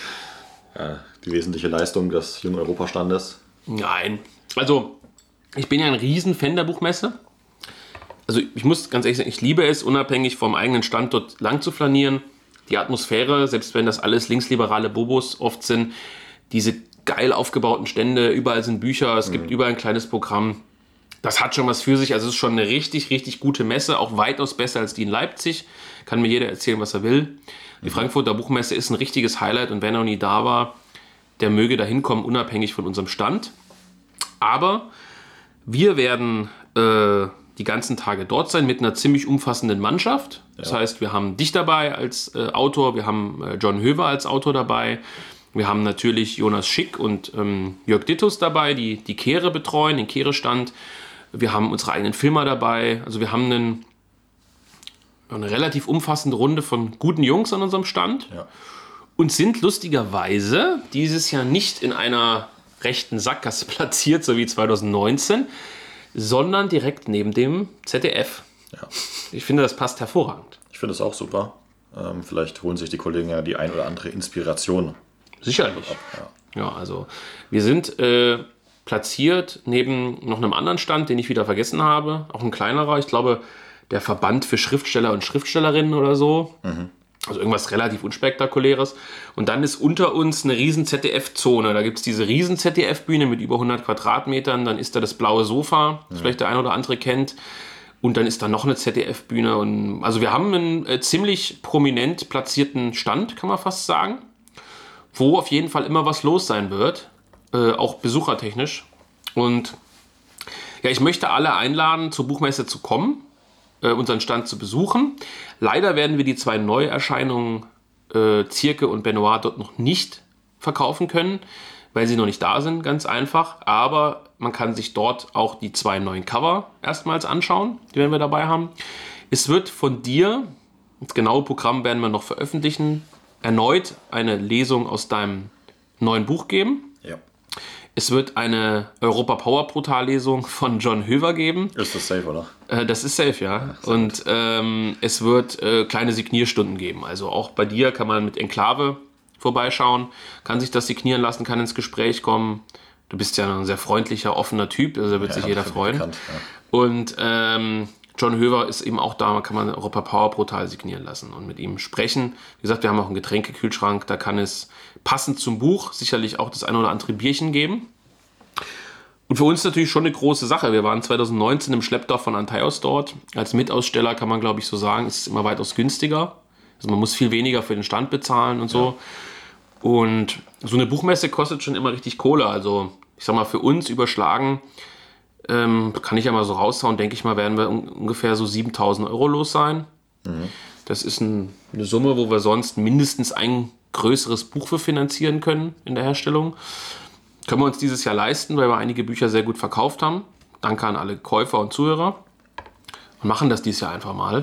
Die wesentliche Leistung des jungen Europastandes. Nein. Also, ich bin ja ein Riesenfan der Buchmesse. Also, ich muss ganz ehrlich sagen, ich liebe es, unabhängig vom eigenen Stand dort lang zu flanieren. Die Atmosphäre, selbst wenn das alles linksliberale Bobos oft sind, diese geil aufgebauten Stände, überall sind Bücher, es gibt überall ein kleines Programm. Das hat schon was für sich. Also es ist schon eine richtig, richtig gute Messe, auch weitaus besser als die in Leipzig. Kann mir jeder erzählen, was er will. Die Frankfurter Buchmesse ist ein richtiges Highlight und wer noch nie da war, der möge da hinkommen, unabhängig von unserem Stand. Aber wir werden die ganzen Tage dort sein mit einer ziemlich umfassenden Mannschaft. Das heißt, wir haben dich dabei als Autor, wir haben John Höver als Autor dabei. Wir haben natürlich Jonas Schick und Jörg Dittus dabei, die Kehre betreuen, den Kehre-Stand. Wir haben unsere eigenen Filmer dabei. Also wir haben eine relativ umfassende Runde von guten Jungs an unserem Stand. Ja. Und sind lustigerweise dieses Jahr nicht in einer rechten Sackgasse platziert, so wie 2019, sondern direkt neben dem ZDF. Ja. Ich finde, das passt hervorragend. Ich finde es auch super. Vielleicht holen sich die Kollegen ja die ein oder andere Inspiration. Sicherlich. Ja, also wir sind platziert neben noch einem anderen Stand, den ich wieder vergessen habe. Auch ein kleinerer, ich glaube, der Verband für Schriftsteller und Schriftstellerinnen oder so. Also irgendwas relativ Unspektakuläres. Und dann ist unter uns eine riesen ZDF-Zone. Da gibt es diese riesen ZDF-Bühne mit über 100 Quadratmetern. Dann ist da das blaue Sofa, das vielleicht der ein oder andere kennt. Und dann ist da noch eine ZDF-Bühne. Und also wir haben einen ziemlich prominent platzierten Stand, kann man fast sagen. Wo auf jeden Fall immer was los sein wird. Auch besuchertechnisch. Und ja, ich möchte alle einladen, zur Buchmesse zu kommen. Unseren Stand zu besuchen. Leider werden wir die 2 Neuerscheinungen Zirke und Benoit dort noch nicht verkaufen können, weil sie noch nicht da sind, ganz einfach. Aber man kann sich dort auch die 2 neuen Cover erstmals anschauen, die werden wir dabei haben. Es wird von dir, das genaue Programm werden wir noch veröffentlichen, erneut eine Lesung aus deinem neuen Buch geben. Ja. Es wird eine Europa Power Portal-Lesung von John Höver geben. Ist das safe, oder? Das ist safe, ja. Und es wird kleine Signierstunden geben. Also auch bei dir kann man mit Enklave vorbeischauen, kann sich das signieren lassen, kann ins Gespräch kommen. Du bist ja ein sehr freundlicher, offener Typ, also da wird sich jeder freuen. Bekannt, ja. Und John Höver ist eben auch da, kann man Europa Power Portal signieren lassen und mit ihm sprechen. Wie gesagt, wir haben auch einen Getränkekühlschrank, da kann es passend zum Buch sicherlich auch das eine oder andere Bierchen geben. Und für uns natürlich schon eine große Sache. Wir waren 2019 im Schleppdorf von Antaios dort. Als Mitaussteller kann man, glaube ich, so sagen, ist es immer weitaus günstiger. Also man muss viel weniger für den Stand bezahlen und so. Und so eine Buchmesse kostet schon immer richtig Kohle. Also ich sag mal, für uns überschlagen, kann ich ja mal so raushauen, denke ich mal, werden wir ungefähr so 7.000 Euro los sein. Das ist eine Summe, wo wir sonst mindestens ein größeres Buch für finanzieren können in der Herstellung. Können wir uns dieses Jahr leisten, weil wir einige Bücher sehr gut verkauft haben. Danke an alle Käufer und Zuhörer. Und machen das dieses Jahr einfach mal.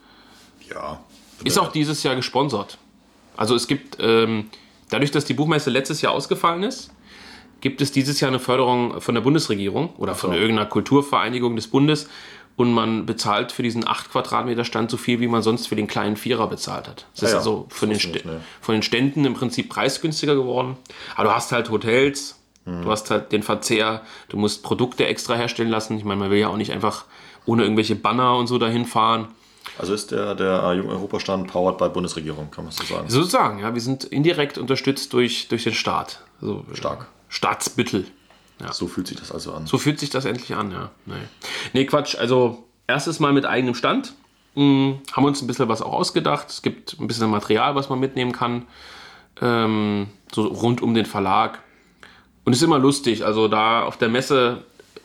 Ja. Ist auch dieses Jahr gesponsert. Also es gibt, dadurch, dass die Buchmesse letztes Jahr ausgefallen ist, gibt es dieses Jahr eine Förderung von der Bundesregierung oder von irgendeiner Kulturvereinigung des Bundes und man bezahlt für diesen 8 Quadratmeter Stand so viel, wie man sonst für den kleinen Vierer bezahlt hat. Das ist also von den Ständen im Prinzip preisgünstiger geworden. Aber du hast halt Hotels, du hast halt den Verzehr, du musst Produkte extra herstellen lassen. Ich meine, man will ja auch nicht einfach ohne irgendwelche Banner und so dahin fahren. Also ist der Jung Europa-Stand powered by Bundesregierung, kann man so sagen? Sozusagen, ja. Wir sind indirekt unterstützt durch den Staat. Also, Stark. Staatsmittel. Ja. So fühlt sich das also an. So fühlt sich das endlich an, ja. Nee, Quatsch. Also erstes Mal mit eigenem Stand. Haben uns ein bisschen was auch ausgedacht. Es gibt ein bisschen Material, was man mitnehmen kann. So rund um den Verlag. Und es ist immer lustig, also da auf der Messe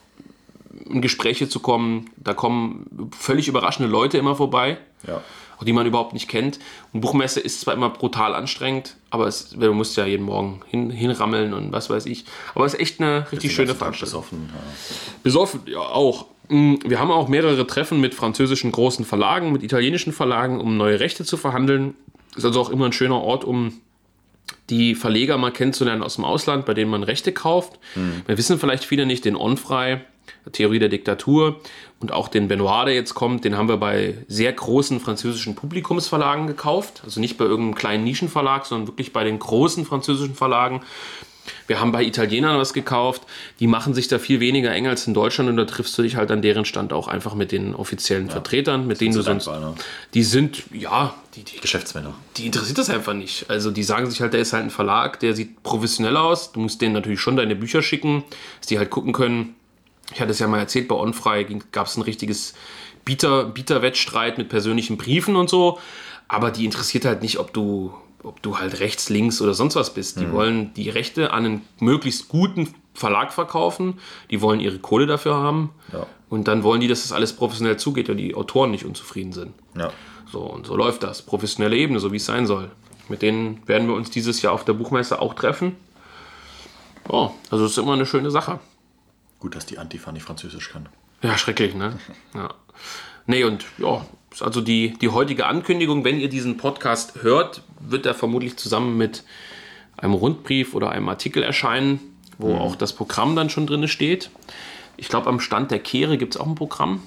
in Gespräche zu kommen, da kommen völlig überraschende Leute immer vorbei, auch die man überhaupt nicht kennt. Und Buchmesse ist zwar immer brutal anstrengend, aber du musst ja jeden Morgen hinrammeln und was weiß ich. Aber es ist echt eine richtig schöne Veranstaltung. Besoffen, ja auch. Wir haben auch mehrere Treffen mit französischen großen Verlagen, mit italienischen Verlagen, um neue Rechte zu verhandeln. Ist also auch immer ein schöner Ort, um die Verleger mal kennenzulernen aus dem Ausland, bei denen man Rechte kauft. Wir wissen vielleicht viele nicht, den Onfray, Theorie der Diktatur und auch den Benoit, der jetzt kommt, den haben wir bei sehr großen französischen Publikumsverlagen gekauft. Also nicht bei irgendeinem kleinen Nischenverlag, sondern wirklich bei den großen französischen Verlagen. Wir haben bei Italienern was gekauft, die machen sich da viel weniger eng als in Deutschland und da triffst du dich halt an deren Stand auch einfach mit den offiziellen Vertretern, mit denen du sonst... Die sind, die Geschäftsmänner. Die interessiert das einfach nicht. Also die sagen sich halt, der ist halt ein Verlag, der sieht professionell aus. Du musst denen natürlich schon deine Bücher schicken, dass die halt gucken können. Ich hatte es ja mal erzählt, bei Onfray gab es ein richtiges Bieterwettstreit mit persönlichen Briefen und so. Aber die interessiert halt nicht, ob du halt rechts, links oder sonst was bist. Die wollen die Rechte an einen möglichst guten Verlag verkaufen. Die wollen ihre Kohle dafür haben. Ja. Und dann wollen die, dass das alles professionell zugeht und die Autoren nicht unzufrieden sind. Ja. So, und so läuft das. Professionelle Ebene, so wie es sein soll. Mit denen werden wir uns dieses Jahr auf der Buchmesse auch treffen. Oh, also es ist immer eine schöne Sache. Gut, dass die Antifa nicht Französisch kann. Ja, schrecklich, ne? Ja. Nee, und ja, also die heutige Ankündigung, wenn ihr diesen Podcast hört, wird er vermutlich zusammen mit einem Rundbrief oder einem Artikel erscheinen, wo auch das Programm dann schon drin steht. Ich glaube, am Stand der Kehre gibt es auch ein Programm.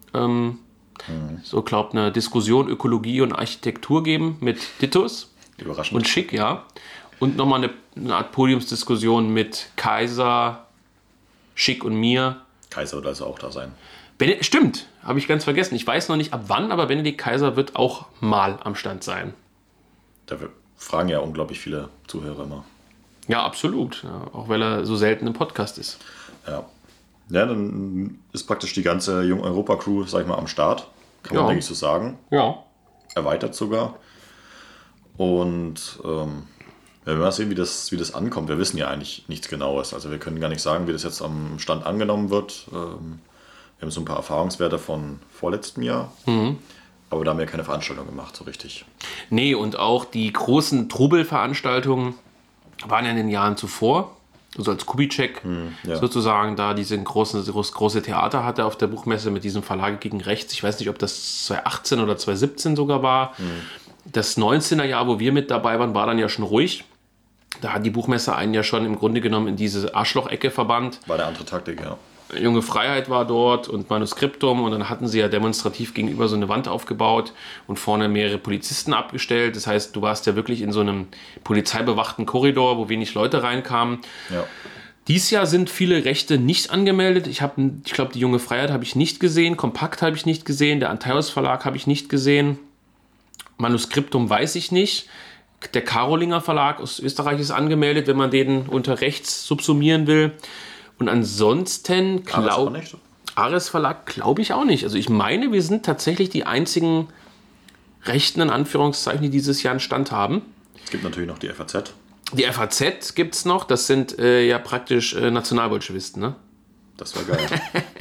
So, glaube eine Diskussion Ökologie und Architektur geben mit Dittus. Überraschend. Und Schick, ja. Und nochmal eine Art Podiumsdiskussion mit Kaiser, Schick und mir. Kaiser wird also auch da sein. Stimmt, habe ich ganz vergessen. Ich weiß noch nicht ab wann, aber Benedikt Kaiser wird auch mal am Stand sein. Da fragen ja unglaublich viele Zuhörer immer. Ja, absolut. Ja, auch weil er so selten im Podcast ist. Ja. Ja, dann ist praktisch die ganze Jung Europa Crew, sag ich mal, am Start. Kann man, denke ich, so sagen. Ja. Erweitert sogar. Und wir werden mal sehen, wie das ankommt. Wir wissen ja eigentlich nichts Genaues. Also wir können gar nicht sagen, wie das jetzt am Stand angenommen wird. Wir haben so ein paar Erfahrungswerte von vorletztem Jahr. Aber da haben wir keine Veranstaltung gemacht, so richtig. Nee, und auch die großen Trubel-Veranstaltungen waren ja in den Jahren zuvor. Also als Kubitschek sozusagen da diese große Theater hatte auf der Buchmesse mit diesem Verlage gegen Rechts. Ich weiß nicht, ob das 2018 oder 2017 sogar war. Das 19er Jahr, wo wir mit dabei waren, war dann ja schon ruhig. Da hat die Buchmesse einen ja schon im Grunde genommen in diese Arschloch-Ecke verbannt. War eine andere Taktik, ja. Junge Freiheit war dort und Manuskriptum und dann hatten sie ja demonstrativ gegenüber so eine Wand aufgebaut und vorne mehrere Polizisten abgestellt. Das heißt, du warst ja wirklich in so einem polizeibewachten Korridor, wo wenig Leute reinkamen. Ja. Dieses Jahr sind viele Rechte nicht angemeldet. Ich glaube, die Junge Freiheit habe ich nicht gesehen, Kompakt habe ich nicht gesehen, der Antaios Verlag habe ich nicht gesehen, Manuskriptum weiß ich nicht. Der Karolinger Verlag aus Österreich ist angemeldet, wenn man den unter rechts subsumieren will. Und ansonsten Ares Verlag glaube ich auch nicht. Also ich meine, wir sind tatsächlich die einzigen Rechten, in Anführungszeichen, die dieses Jahr einen Stand haben. Es gibt natürlich noch die FAZ. Die FAZ gibt es noch. Das sind ja praktisch Nationalbolschewisten, ne? Das war geil.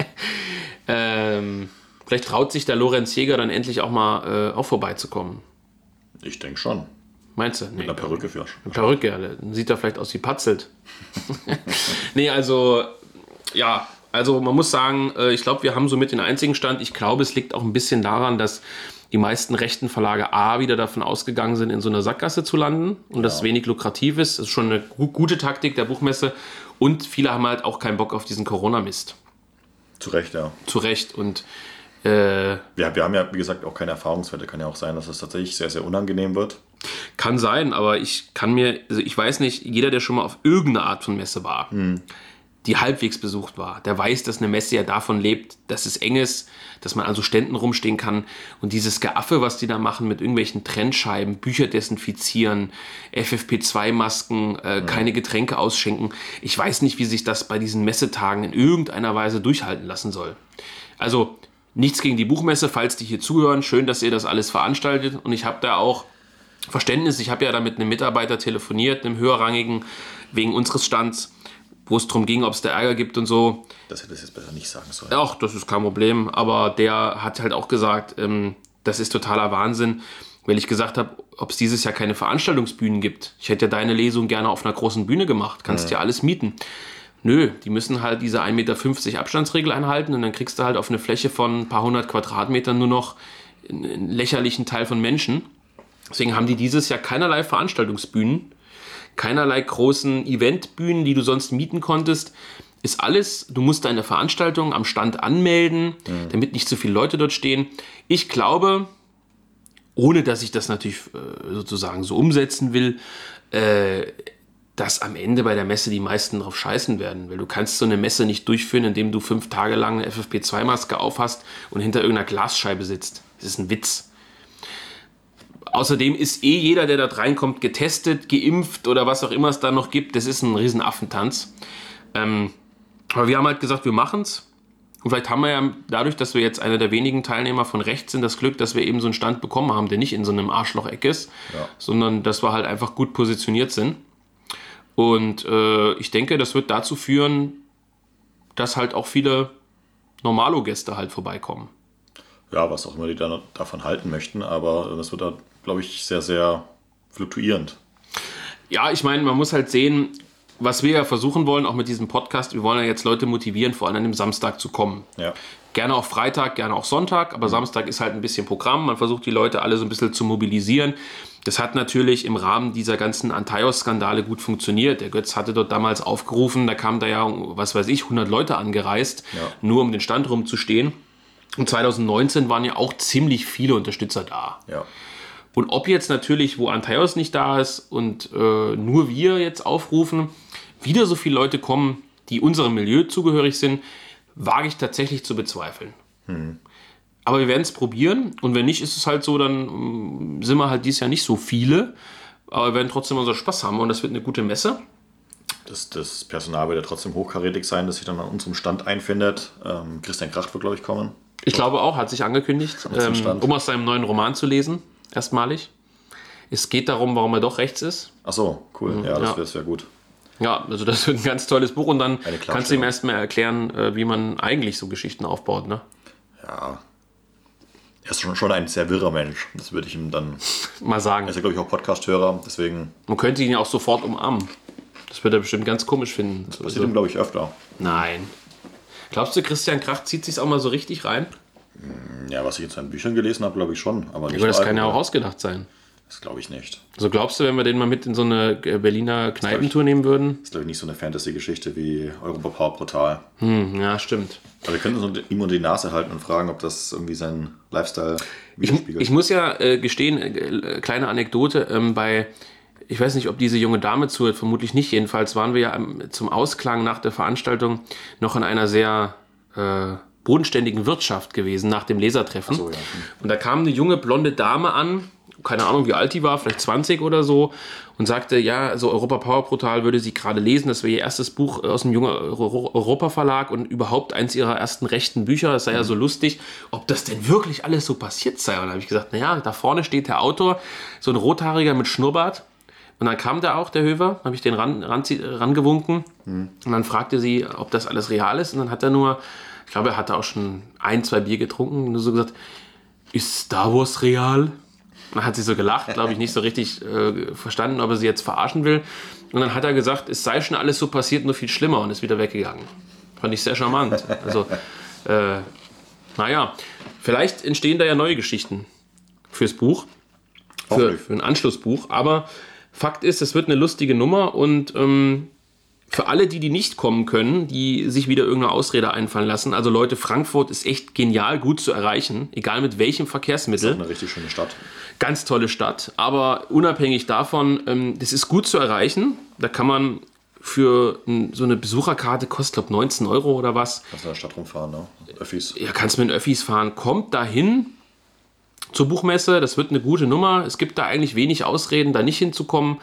Vielleicht traut sich der Lorenz Jäger dann endlich auch mal auch vorbeizukommen. Ich denke schon. Meinst du? Nee, mit einer Perücke für. Eine Perücke, ja. Dann sieht er vielleicht aus wie Patzelt. Nee, also, ja, also man muss sagen, ich glaube, wir haben somit den einzigen Stand. Ich glaube, es liegt auch ein bisschen daran, dass die meisten rechten Verlage wieder davon ausgegangen sind, in so einer Sackgasse zu landen und das wenig lukrativ ist. Das ist schon eine gute Taktik der Buchmesse und viele haben halt auch keinen Bock auf diesen Corona-Mist. Zu Recht, ja. Zu Recht und wir haben ja, wie gesagt, auch keine Erfahrungswerte. Kann ja auch sein, dass es tatsächlich sehr, sehr unangenehm wird. Kann sein, aber ich weiß nicht, jeder, der schon mal auf irgendeine Art von Messe war, die halbwegs besucht war, der weiß, dass eine Messe ja davon lebt, dass es eng ist, dass man an so Ständen rumstehen kann. Und dieses Geaffe, was die da machen mit irgendwelchen Trennscheiben, Bücher desinfizieren, FFP2-Masken, keine Getränke ausschenken. Ich weiß nicht, wie sich das bei diesen Messetagen in irgendeiner Weise durchhalten lassen soll. Also nichts gegen die Buchmesse, falls die hier zuhören. Schön, dass ihr das alles veranstaltet. Und ich habe da auch Verständnis. Ich habe ja da mit einem Mitarbeiter telefoniert, einem höherrangigen, wegen unseres Stands, wo es darum ging, ob es da Ärger gibt und so. Das hätte ich jetzt besser nicht sagen sollen. Ach, das ist kein Problem. Aber der hat halt auch gesagt, das ist totaler Wahnsinn, weil ich gesagt habe, ob es dieses Jahr keine Veranstaltungsbühnen gibt. Ich hätte ja deine Lesung gerne auf einer großen Bühne gemacht. Kannst ja alles mieten. Nö, die müssen halt diese 1,50 Meter Abstandsregel einhalten und dann kriegst du halt auf eine Fläche von ein paar hundert Quadratmetern nur noch einen lächerlichen Teil von Menschen. Deswegen haben die dieses Jahr keinerlei Veranstaltungsbühnen, keinerlei großen Eventbühnen, die du sonst mieten konntest. Ist alles, du musst deine Veranstaltung am Stand anmelden, damit nicht so viele Leute dort stehen. Ich glaube, ohne dass ich das natürlich sozusagen so umsetzen will, dass am Ende bei der Messe die meisten drauf scheißen werden. Weil du kannst so eine Messe nicht durchführen, indem du 5 Tage lang eine FFP2-Maske aufhast und hinter irgendeiner Glasscheibe sitzt. Das ist ein Witz. Außerdem ist jeder, der dort reinkommt, getestet, geimpft oder was auch immer es da noch gibt. Das ist ein riesen Affentanz. Aber wir haben halt gesagt, wir machen es. Und vielleicht haben wir ja dadurch, dass wir jetzt einer der wenigen Teilnehmer von rechts sind, das Glück, dass wir eben so einen Stand bekommen haben, der nicht in so einem Arschloch-Eck ist, sondern dass wir halt einfach gut positioniert sind. Und ich denke, das wird dazu führen, dass halt auch viele Normalo-Gäste halt vorbeikommen. Ja, was auch immer die dann davon halten möchten, aber das wird da, glaube ich, sehr, sehr fluktuierend. Ja, ich meine, man muss halt sehen, was wir ja versuchen wollen, auch mit diesem Podcast, wir wollen ja jetzt Leute motivieren, vor allem am Samstag zu kommen. Ja. Gerne auch Freitag, gerne auch Sonntag, aber Samstag ist halt ein bisschen Programm. Man versucht die Leute alle so ein bisschen zu mobilisieren. Das hat natürlich im Rahmen dieser ganzen Antaios-Skandale gut funktioniert. Der Götz hatte dort damals aufgerufen, da kamen da ja, was weiß ich, 100 Leute angereist, nur um den Stand rumzustehen. Und 2019 waren ja auch ziemlich viele Unterstützer da. Ja. Und ob jetzt natürlich, wo Antaios nicht da ist und nur wir jetzt aufrufen, wieder so viele Leute kommen, die unserem Milieu zugehörig sind, wage ich tatsächlich zu bezweifeln. Aber wir werden es probieren und wenn nicht, ist es halt so, dann sind wir halt dieses Jahr nicht so viele, aber wir werden trotzdem unseren Spaß haben und das wird eine gute Messe. Das Personal wird ja trotzdem hochkarätig sein, das sich dann an unserem Stand einfindet. Christian Kracht wird, glaube ich, kommen. Ich glaube auch, hat sich angekündigt, um aus seinem neuen Roman zu lesen, erstmalig. Es geht darum, warum er doch rechts ist. Ach so, cool. Ja, das wäre gut. Ja, also das wird ein ganz tolles Buch und dann kannst du ihm erstmal erklären, wie man eigentlich so Geschichten aufbaut, ne? Ja. Er ist schon ein sehr wirrer Mensch. Das würde ich ihm dann mal sagen. Er ist ja, glaube ich, auch Podcast-Hörer, deswegen... Man könnte ihn ja auch sofort umarmen. Das wird er bestimmt ganz komisch finden. Das passiert ihm, glaube ich, öfter. Nein. Glaubst du, Christian Kracht zieht sich auch mal so richtig rein? Ja, was ich in seinen Büchern gelesen habe, glaube ich schon. Aber nicht das kann ja auch ausgedacht sein. Das glaube ich nicht. Also glaubst du, wenn wir den mal mit in so eine Berliner Kneipentour nehmen würden? Das ist, glaube ich, nicht so eine Fantasy-Geschichte wie Europa Power Brutal. Ja, stimmt. Aber wir könnten uns ihm unter die Nase halten und fragen, ob das irgendwie seinen Lifestyle widerspiegelt. Ich muss ja gestehen, kleine Anekdote, ich weiß nicht, ob diese junge Dame zuhört, vermutlich nicht. Jedenfalls waren wir ja zum Ausklang nach der Veranstaltung noch in einer sehr bodenständigen Wirtschaft gewesen, nach dem Lesertreffen. Ach so, ja. Und da kam eine junge blonde Dame an, keine Ahnung, wie alt die war, vielleicht 20 oder so, und sagte, ja, so Europa Power Brutal würde sie gerade lesen. Das wäre ihr erstes Buch aus dem jungen Europa Verlag und überhaupt eins ihrer ersten rechten Bücher. Das sei ja so lustig, ob das denn wirklich alles so passiert sei. Und dann habe ich gesagt, naja, da vorne steht der Autor, so ein Rothaariger mit Schnurrbart. Und dann kam da auch der Höver, habe ich den rangewunken. Und dann fragte sie, ob das alles real ist. Und dann hat er nur, ich glaube, er hatte auch schon 1-2 Bier getrunken und nur so gesagt, ist Star Wars real? Dann hat sie so gelacht, glaube ich, nicht so richtig verstanden, ob er sie jetzt verarschen will. Und dann hat er gesagt, es sei schon alles so passiert, nur viel schlimmer und ist wieder weggegangen. Fand ich sehr charmant. Also, naja, vielleicht entstehen da ja neue Geschichten fürs Buch, für ein Anschlussbuch. Aber Fakt ist, es wird eine lustige Nummer und für alle, die nicht kommen können, die sich wieder irgendeine Ausrede einfallen lassen. Also Leute, Frankfurt ist echt genial gut zu erreichen, egal mit welchem Verkehrsmittel. Das ist eine richtig schöne Stadt. Ganz tolle Stadt, aber unabhängig davon, das ist gut zu erreichen. Da kann man für so eine Besucherkarte, kostet glaube 19 Euro oder was. Kannst du in der Stadt rumfahren, ne? Öffis. Ja, kannst mit den Öffis fahren. Kommt dahin zur Buchmesse, das wird eine gute Nummer. Es gibt da eigentlich wenig Ausreden, da nicht hinzukommen.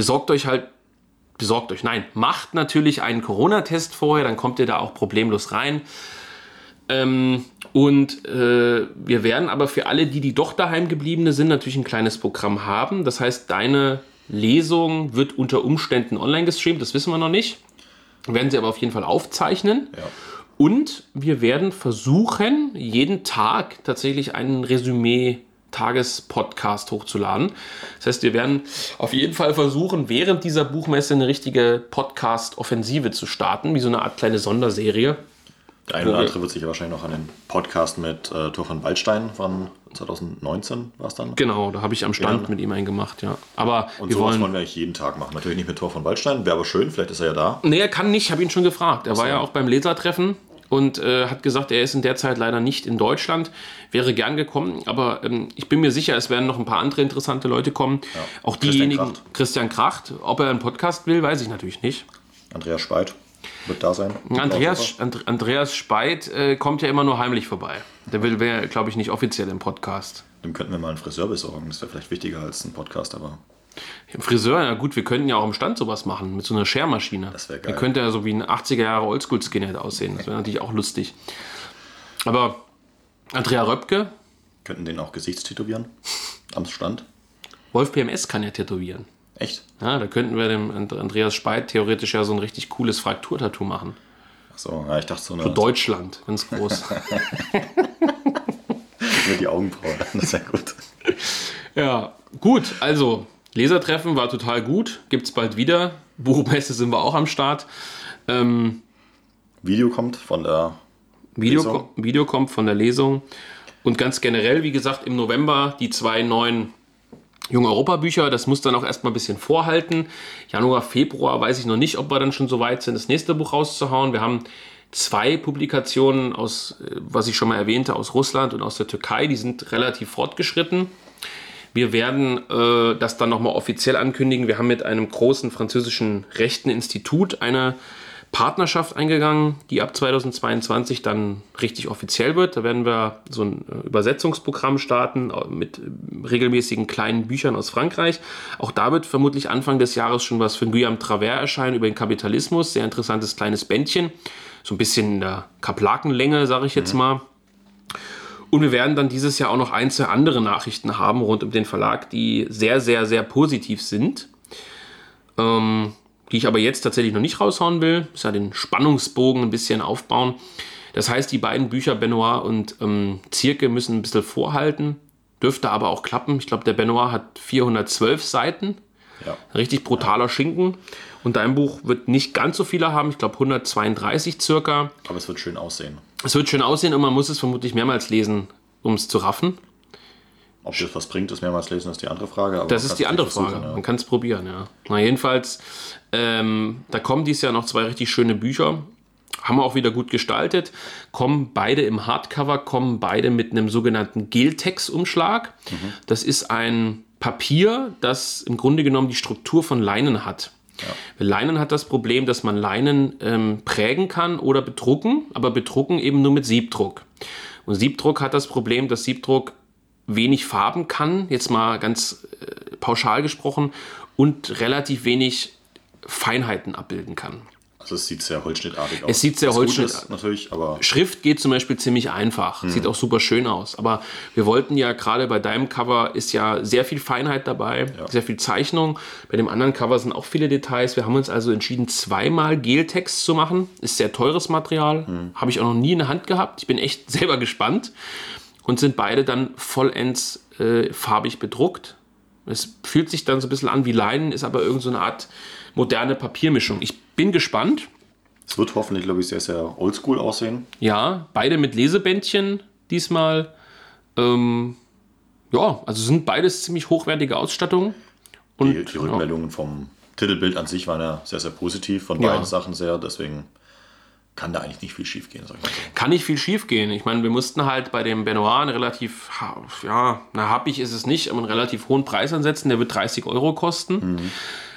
Macht natürlich einen Corona-Test vorher, dann kommt ihr da auch problemlos rein. Wir werden aber für alle, die doch daheim gebliebene sind, natürlich ein kleines Programm haben. Das heißt, deine Lesung wird unter Umständen online gestreamt, das wissen wir noch nicht. Wir werden sie aber auf jeden Fall aufzeichnen. Ja. Und wir werden versuchen, jeden Tag tatsächlich einen Resümee-Tagespodcast hochzuladen. Das heißt, wir werden auf jeden Fall versuchen, während dieser Buchmesse eine richtige Podcast-Offensive zu starten, wie so eine Art kleine Sonderserie. Der eine oder andere wird sich wahrscheinlich noch an den Podcast mit Thor von Waldstein von 2019 war es dann. Genau, da habe ich am Stand mit ihm einen gemacht, ja. Aber und sowas wollen wir eigentlich jeden Tag machen. Natürlich nicht mit Thor von Waldstein, wäre aber schön, vielleicht ist er ja da. Nee, er kann nicht, habe ihn schon gefragt. Er war ja auch beim Lesertreffen und hat gesagt, er ist in der Zeit leider nicht in Deutschland. Wäre gern gekommen, aber ich bin mir sicher, es werden noch ein paar andere interessante Leute kommen. Ja. Auch diejenigen, Christian Kracht, ob er einen Podcast will, weiß ich natürlich nicht. Andreas Speit wird da sein. Andreas Speit kommt ja immer nur heimlich vorbei. Der wäre, glaube ich, nicht offiziell im Podcast. Dem könnten wir mal einen Friseur besorgen. Das wäre vielleicht wichtiger als ein Podcast, aber... Im Friseur, ja gut, wir könnten ja auch im Stand sowas machen, mit so einer Schermaschine. Das wäre geil. Der könnte ja so wie ein 80er Jahre Oldschool-Skinhead aussehen. Das wäre natürlich auch lustig. Aber Andrea Röpke... Könnten den auch Gesichtstätowieren am Stand? Wolf PMS kann ja tätowieren. Echt? Ja, da könnten wir dem Andreas Speit theoretisch ja so ein richtig cooles Frakturtattoo machen. Achso, ja, ich dachte so eine... Für Deutschland, ganz groß. Mit die Augenbrauen, das ist ja gut. Ja, gut, also Lesertreffen war total gut. Gibt's bald wieder. Buchmesse sind wir auch am Start. Video kommt von der Lesung. Video kommt von der Lesung. Und ganz generell, wie gesagt, im November die 2 neuen Junge Europa-Bücher, das muss dann auch erstmal ein bisschen vorhalten. Januar, Februar weiß ich noch nicht, ob wir dann schon so weit sind, das nächste Buch rauszuhauen. Wir haben 2 Publikationen aus, was ich schon mal erwähnte, aus Russland und aus der Türkei. Die sind relativ fortgeschritten. Wir werden das dann nochmal offiziell ankündigen. Wir haben mit einem großen französischen Rechten Institut eine Partnerschaft eingegangen, die ab 2022 dann richtig offiziell wird. Da werden wir so ein Übersetzungsprogramm starten mit regelmäßigen kleinen Büchern aus Frankreich. Auch da wird vermutlich Anfang des Jahres schon was von Guillaume Travers erscheinen über den Kapitalismus. Sehr interessantes kleines Bändchen. So ein bisschen in der Kaplakenlänge, sage ich jetzt mal. Und wir werden dann dieses Jahr auch noch 1, 2 andere Nachrichten haben rund um den Verlag, die sehr, sehr, sehr positiv sind. Die ich aber jetzt tatsächlich noch nicht raushauen will. Ich muss ja den Spannungsbogen ein bisschen aufbauen. Das heißt, die beiden Bücher Benoit und Zierke müssen ein bisschen vorhalten. Dürfte aber auch klappen. Ich glaube, der Benoit hat 412 Seiten. Ja. Richtig brutaler Schinken. Und dein Buch wird nicht ganz so viele haben. Ich glaube 132 circa. Aber es wird schön aussehen. Es wird schön aussehen und man muss es vermutlich mehrmals lesen, um es zu raffen. Ob das was bringt, das mehrmals lesen, ist die andere Frage. Aber das ist die andere Frage. Ja. Man kann es probieren, ja. Na jedenfalls, da kommen dieses Jahr noch 2 richtig schöne Bücher. Haben wir auch wieder gut gestaltet. Kommen beide im Hardcover, kommen beide mit einem sogenannten Geltex-Umschlag. Das ist ein Papier, das im Grunde genommen die Struktur von Leinen hat. Ja. Leinen hat das Problem, dass man Leinen prägen kann oder bedrucken, aber bedrucken eben nur mit Siebdruck. Und Siebdruck hat das Problem, dass Siebdruck wenig Farben kann, jetzt mal ganz pauschal gesprochen, und relativ wenig Feinheiten abbilden kann. Also es sieht sehr holzschnittartig aus. Es sieht sehr holzschnittartig natürlich, aber Schrift geht zum Beispiel ziemlich einfach. Sieht auch super schön aus. Aber wir wollten ja gerade bei deinem Cover ist ja sehr viel Feinheit dabei, sehr viel Zeichnung. Bei dem anderen Cover sind auch viele Details. Wir haben uns also entschieden, 2-mal Geltext zu machen. Ist sehr teures Material. Habe ich auch noch nie in der Hand gehabt. Ich bin echt selber gespannt. Und sind beide dann vollends farbig bedruckt. Es fühlt sich dann so ein bisschen an wie Leinen, ist aber irgend so eine Art moderne Papiermischung. Ich bin gespannt. Es wird hoffentlich, glaube ich, sehr, sehr oldschool aussehen. Ja, beide mit Lesebändchen diesmal. Ja, also sind beides ziemlich hochwertige Ausstattungen. Und die Rückmeldungen vom Titelbild an sich waren ja sehr, sehr positiv. Von beiden Sachen sehr, deswegen kann da eigentlich nicht viel schief gehen, sag ich mal. Kann nicht viel schief gehen. Ich meine, wir mussten halt bei dem Benoit einen relativ, happig ist es nicht, aber einen relativ hohen Preis ansetzen. Der wird 30 € kosten.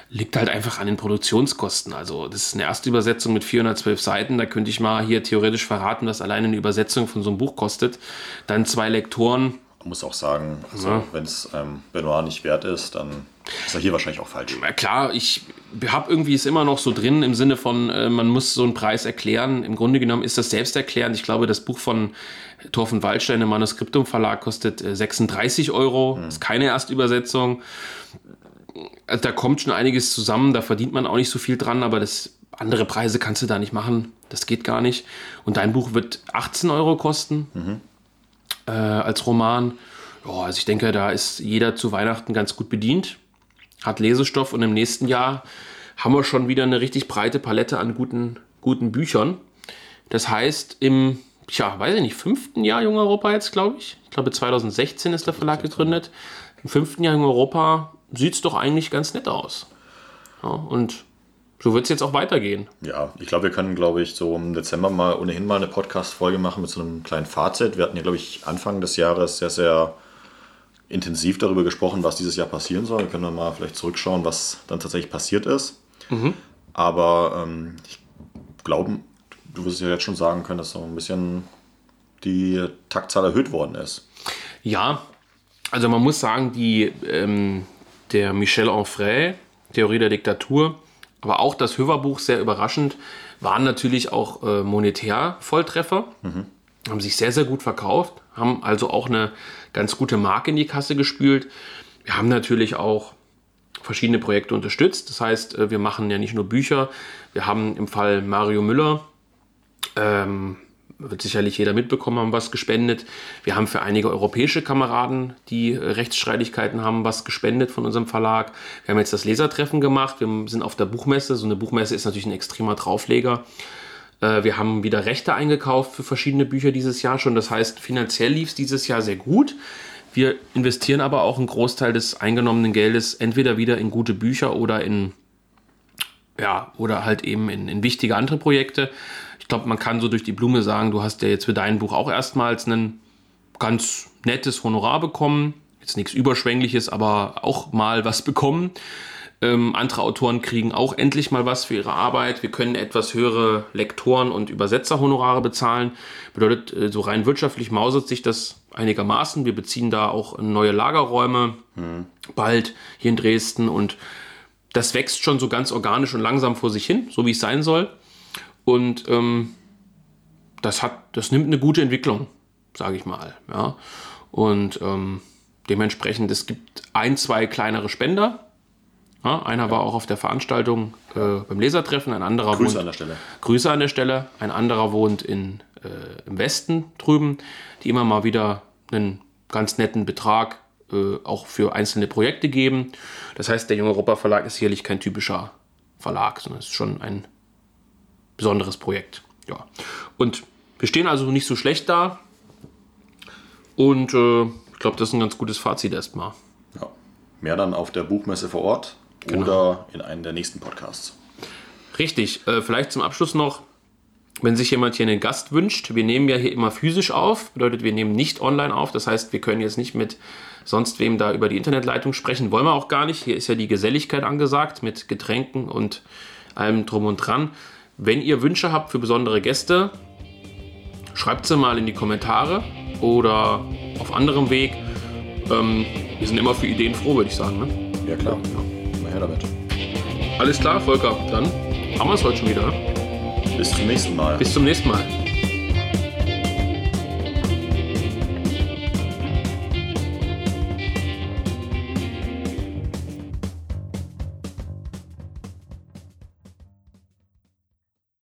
Liegt halt einfach an den Produktionskosten. Also das ist eine Erstübersetzung mit 412 Seiten. Da könnte ich mal hier theoretisch verraten, was alleine eine Übersetzung von so einem Buch kostet. Dann 2 Lektoren. Man muss auch sagen, also wenn es Benoit nicht wert ist, dann ist er hier wahrscheinlich auch falsch. Ja, klar, ich habe irgendwie es immer noch so drin im Sinne von, man muss so einen Preis erklären. Im Grunde genommen ist das selbsterklärend. Ich glaube, das Buch von Thorsten Waldstein im Manuskriptum Verlag kostet 36 Euro. Ist keine Erstübersetzung. Also da kommt schon einiges zusammen. Da verdient man auch nicht so viel dran, aber andere Preise kannst du da nicht machen. Das geht gar nicht. Und dein Buch wird 18 Euro kosten. Als Roman. Ja, also ich denke, da ist jeder zu Weihnachten ganz gut bedient, hat Lesestoff und im nächsten Jahr haben wir schon wieder eine richtig breite Palette an guten Büchern. Das heißt, im, 5. Jahr Jung Europa jetzt, glaube ich. Ich glaube, 2016 ist der Verlag gegründet. Im 5. Jahr Jung Europa sieht es doch eigentlich ganz nett aus. Ja, und so wird es jetzt auch weitergehen. Ja, ich glaube, wir können, so im Dezember ohnehin mal eine Podcast-Folge machen mit so einem kleinen Fazit. Wir hatten ja, glaube ich, Anfang des Jahres sehr, sehr intensiv darüber gesprochen, was dieses Jahr passieren soll. Wir können dann mal vielleicht zurückschauen, was dann tatsächlich passiert ist. Aber ich glaube, du wirst ja jetzt schon sagen können, dass so ein bisschen die Taktzahl erhöht worden ist. Ja, also man muss sagen, der Michel Onfray, Theorie der Diktatur, aber auch das Höver-Buch, sehr überraschend, waren natürlich auch monetär Volltreffer, haben sich sehr, sehr gut verkauft, haben also auch eine ganz gute Marke in die Kasse gespült. Wir haben natürlich auch verschiedene Projekte unterstützt. Das heißt, wir machen ja nicht nur Bücher, wir haben im Fall Mario Müller, wird sicherlich jeder mitbekommen haben, was gespendet. Wir haben für einige europäische Kameraden, die Rechtsstreitigkeiten haben, was gespendet von unserem Verlag. Wir haben jetzt das Lesertreffen gemacht. Wir sind auf der Buchmesse. So eine Buchmesse ist natürlich ein extremer Draufleger. Wir haben wieder Rechte eingekauft für verschiedene Bücher dieses Jahr schon. Das heißt, finanziell lief es dieses Jahr sehr gut. Wir investieren aber auch einen Großteil des eingenommenen Geldes entweder wieder in gute Bücher oder oder halt eben in wichtige andere Projekte. Ich glaube, man kann so durch die Blume sagen, du hast ja jetzt für dein Buch auch erstmals ein ganz nettes Honorar bekommen. Jetzt nichts Überschwängliches, aber auch mal was bekommen. Andere Autoren kriegen auch endlich mal was für ihre Arbeit. Wir können etwas höhere Lektoren- und Übersetzerhonorare bezahlen. Bedeutet, so rein wirtschaftlich mausert sich das einigermaßen. Wir beziehen da auch neue Lagerräume bald hier in Dresden und das wächst schon so ganz organisch und langsam vor sich hin, so wie es sein soll. Und das nimmt eine gute Entwicklung, sage ich mal. Ja. Und dementsprechend, es gibt 2 kleinere Spender. Ja, einer war auch auf der Veranstaltung beim Lesertreffen, ein anderer Grüße an der Stelle. Ein anderer wohnt im Westen drüben, die immer mal wieder einen ganz netten Betrag auch für einzelne Projekte geben. Das heißt, der Jung Europa Verlag ist sicherlich kein typischer Verlag, sondern es ist schon ein besonderes Projekt. Ja. Und wir stehen also nicht so schlecht da. Und ich glaube, das ist ein ganz gutes Fazit erstmal. Ja. Mehr dann auf der Buchmesse vor Ort oder in einem der nächsten Podcasts. Richtig. Vielleicht zum Abschluss noch, wenn sich jemand hier einen Gast wünscht. Wir nehmen ja hier immer physisch auf. Bedeutet, wir nehmen nicht online auf. Das heißt, wir können jetzt nicht mit sonst wem da über die Internetleitung sprechen. Wollen wir auch gar nicht. Hier ist ja die Geselligkeit angesagt mit Getränken und allem drum und dran. Wenn ihr Wünsche habt für besondere Gäste, schreibt sie mal in die Kommentare oder auf anderem Weg. Wir sind immer für Ideen froh, würde ich sagen. Ne? Ja, klar. Ja. Mal her damit. Alles klar, Volker. Dann haben wir es heute schon wieder. Bis zum nächsten Mal. Bis zum nächsten Mal.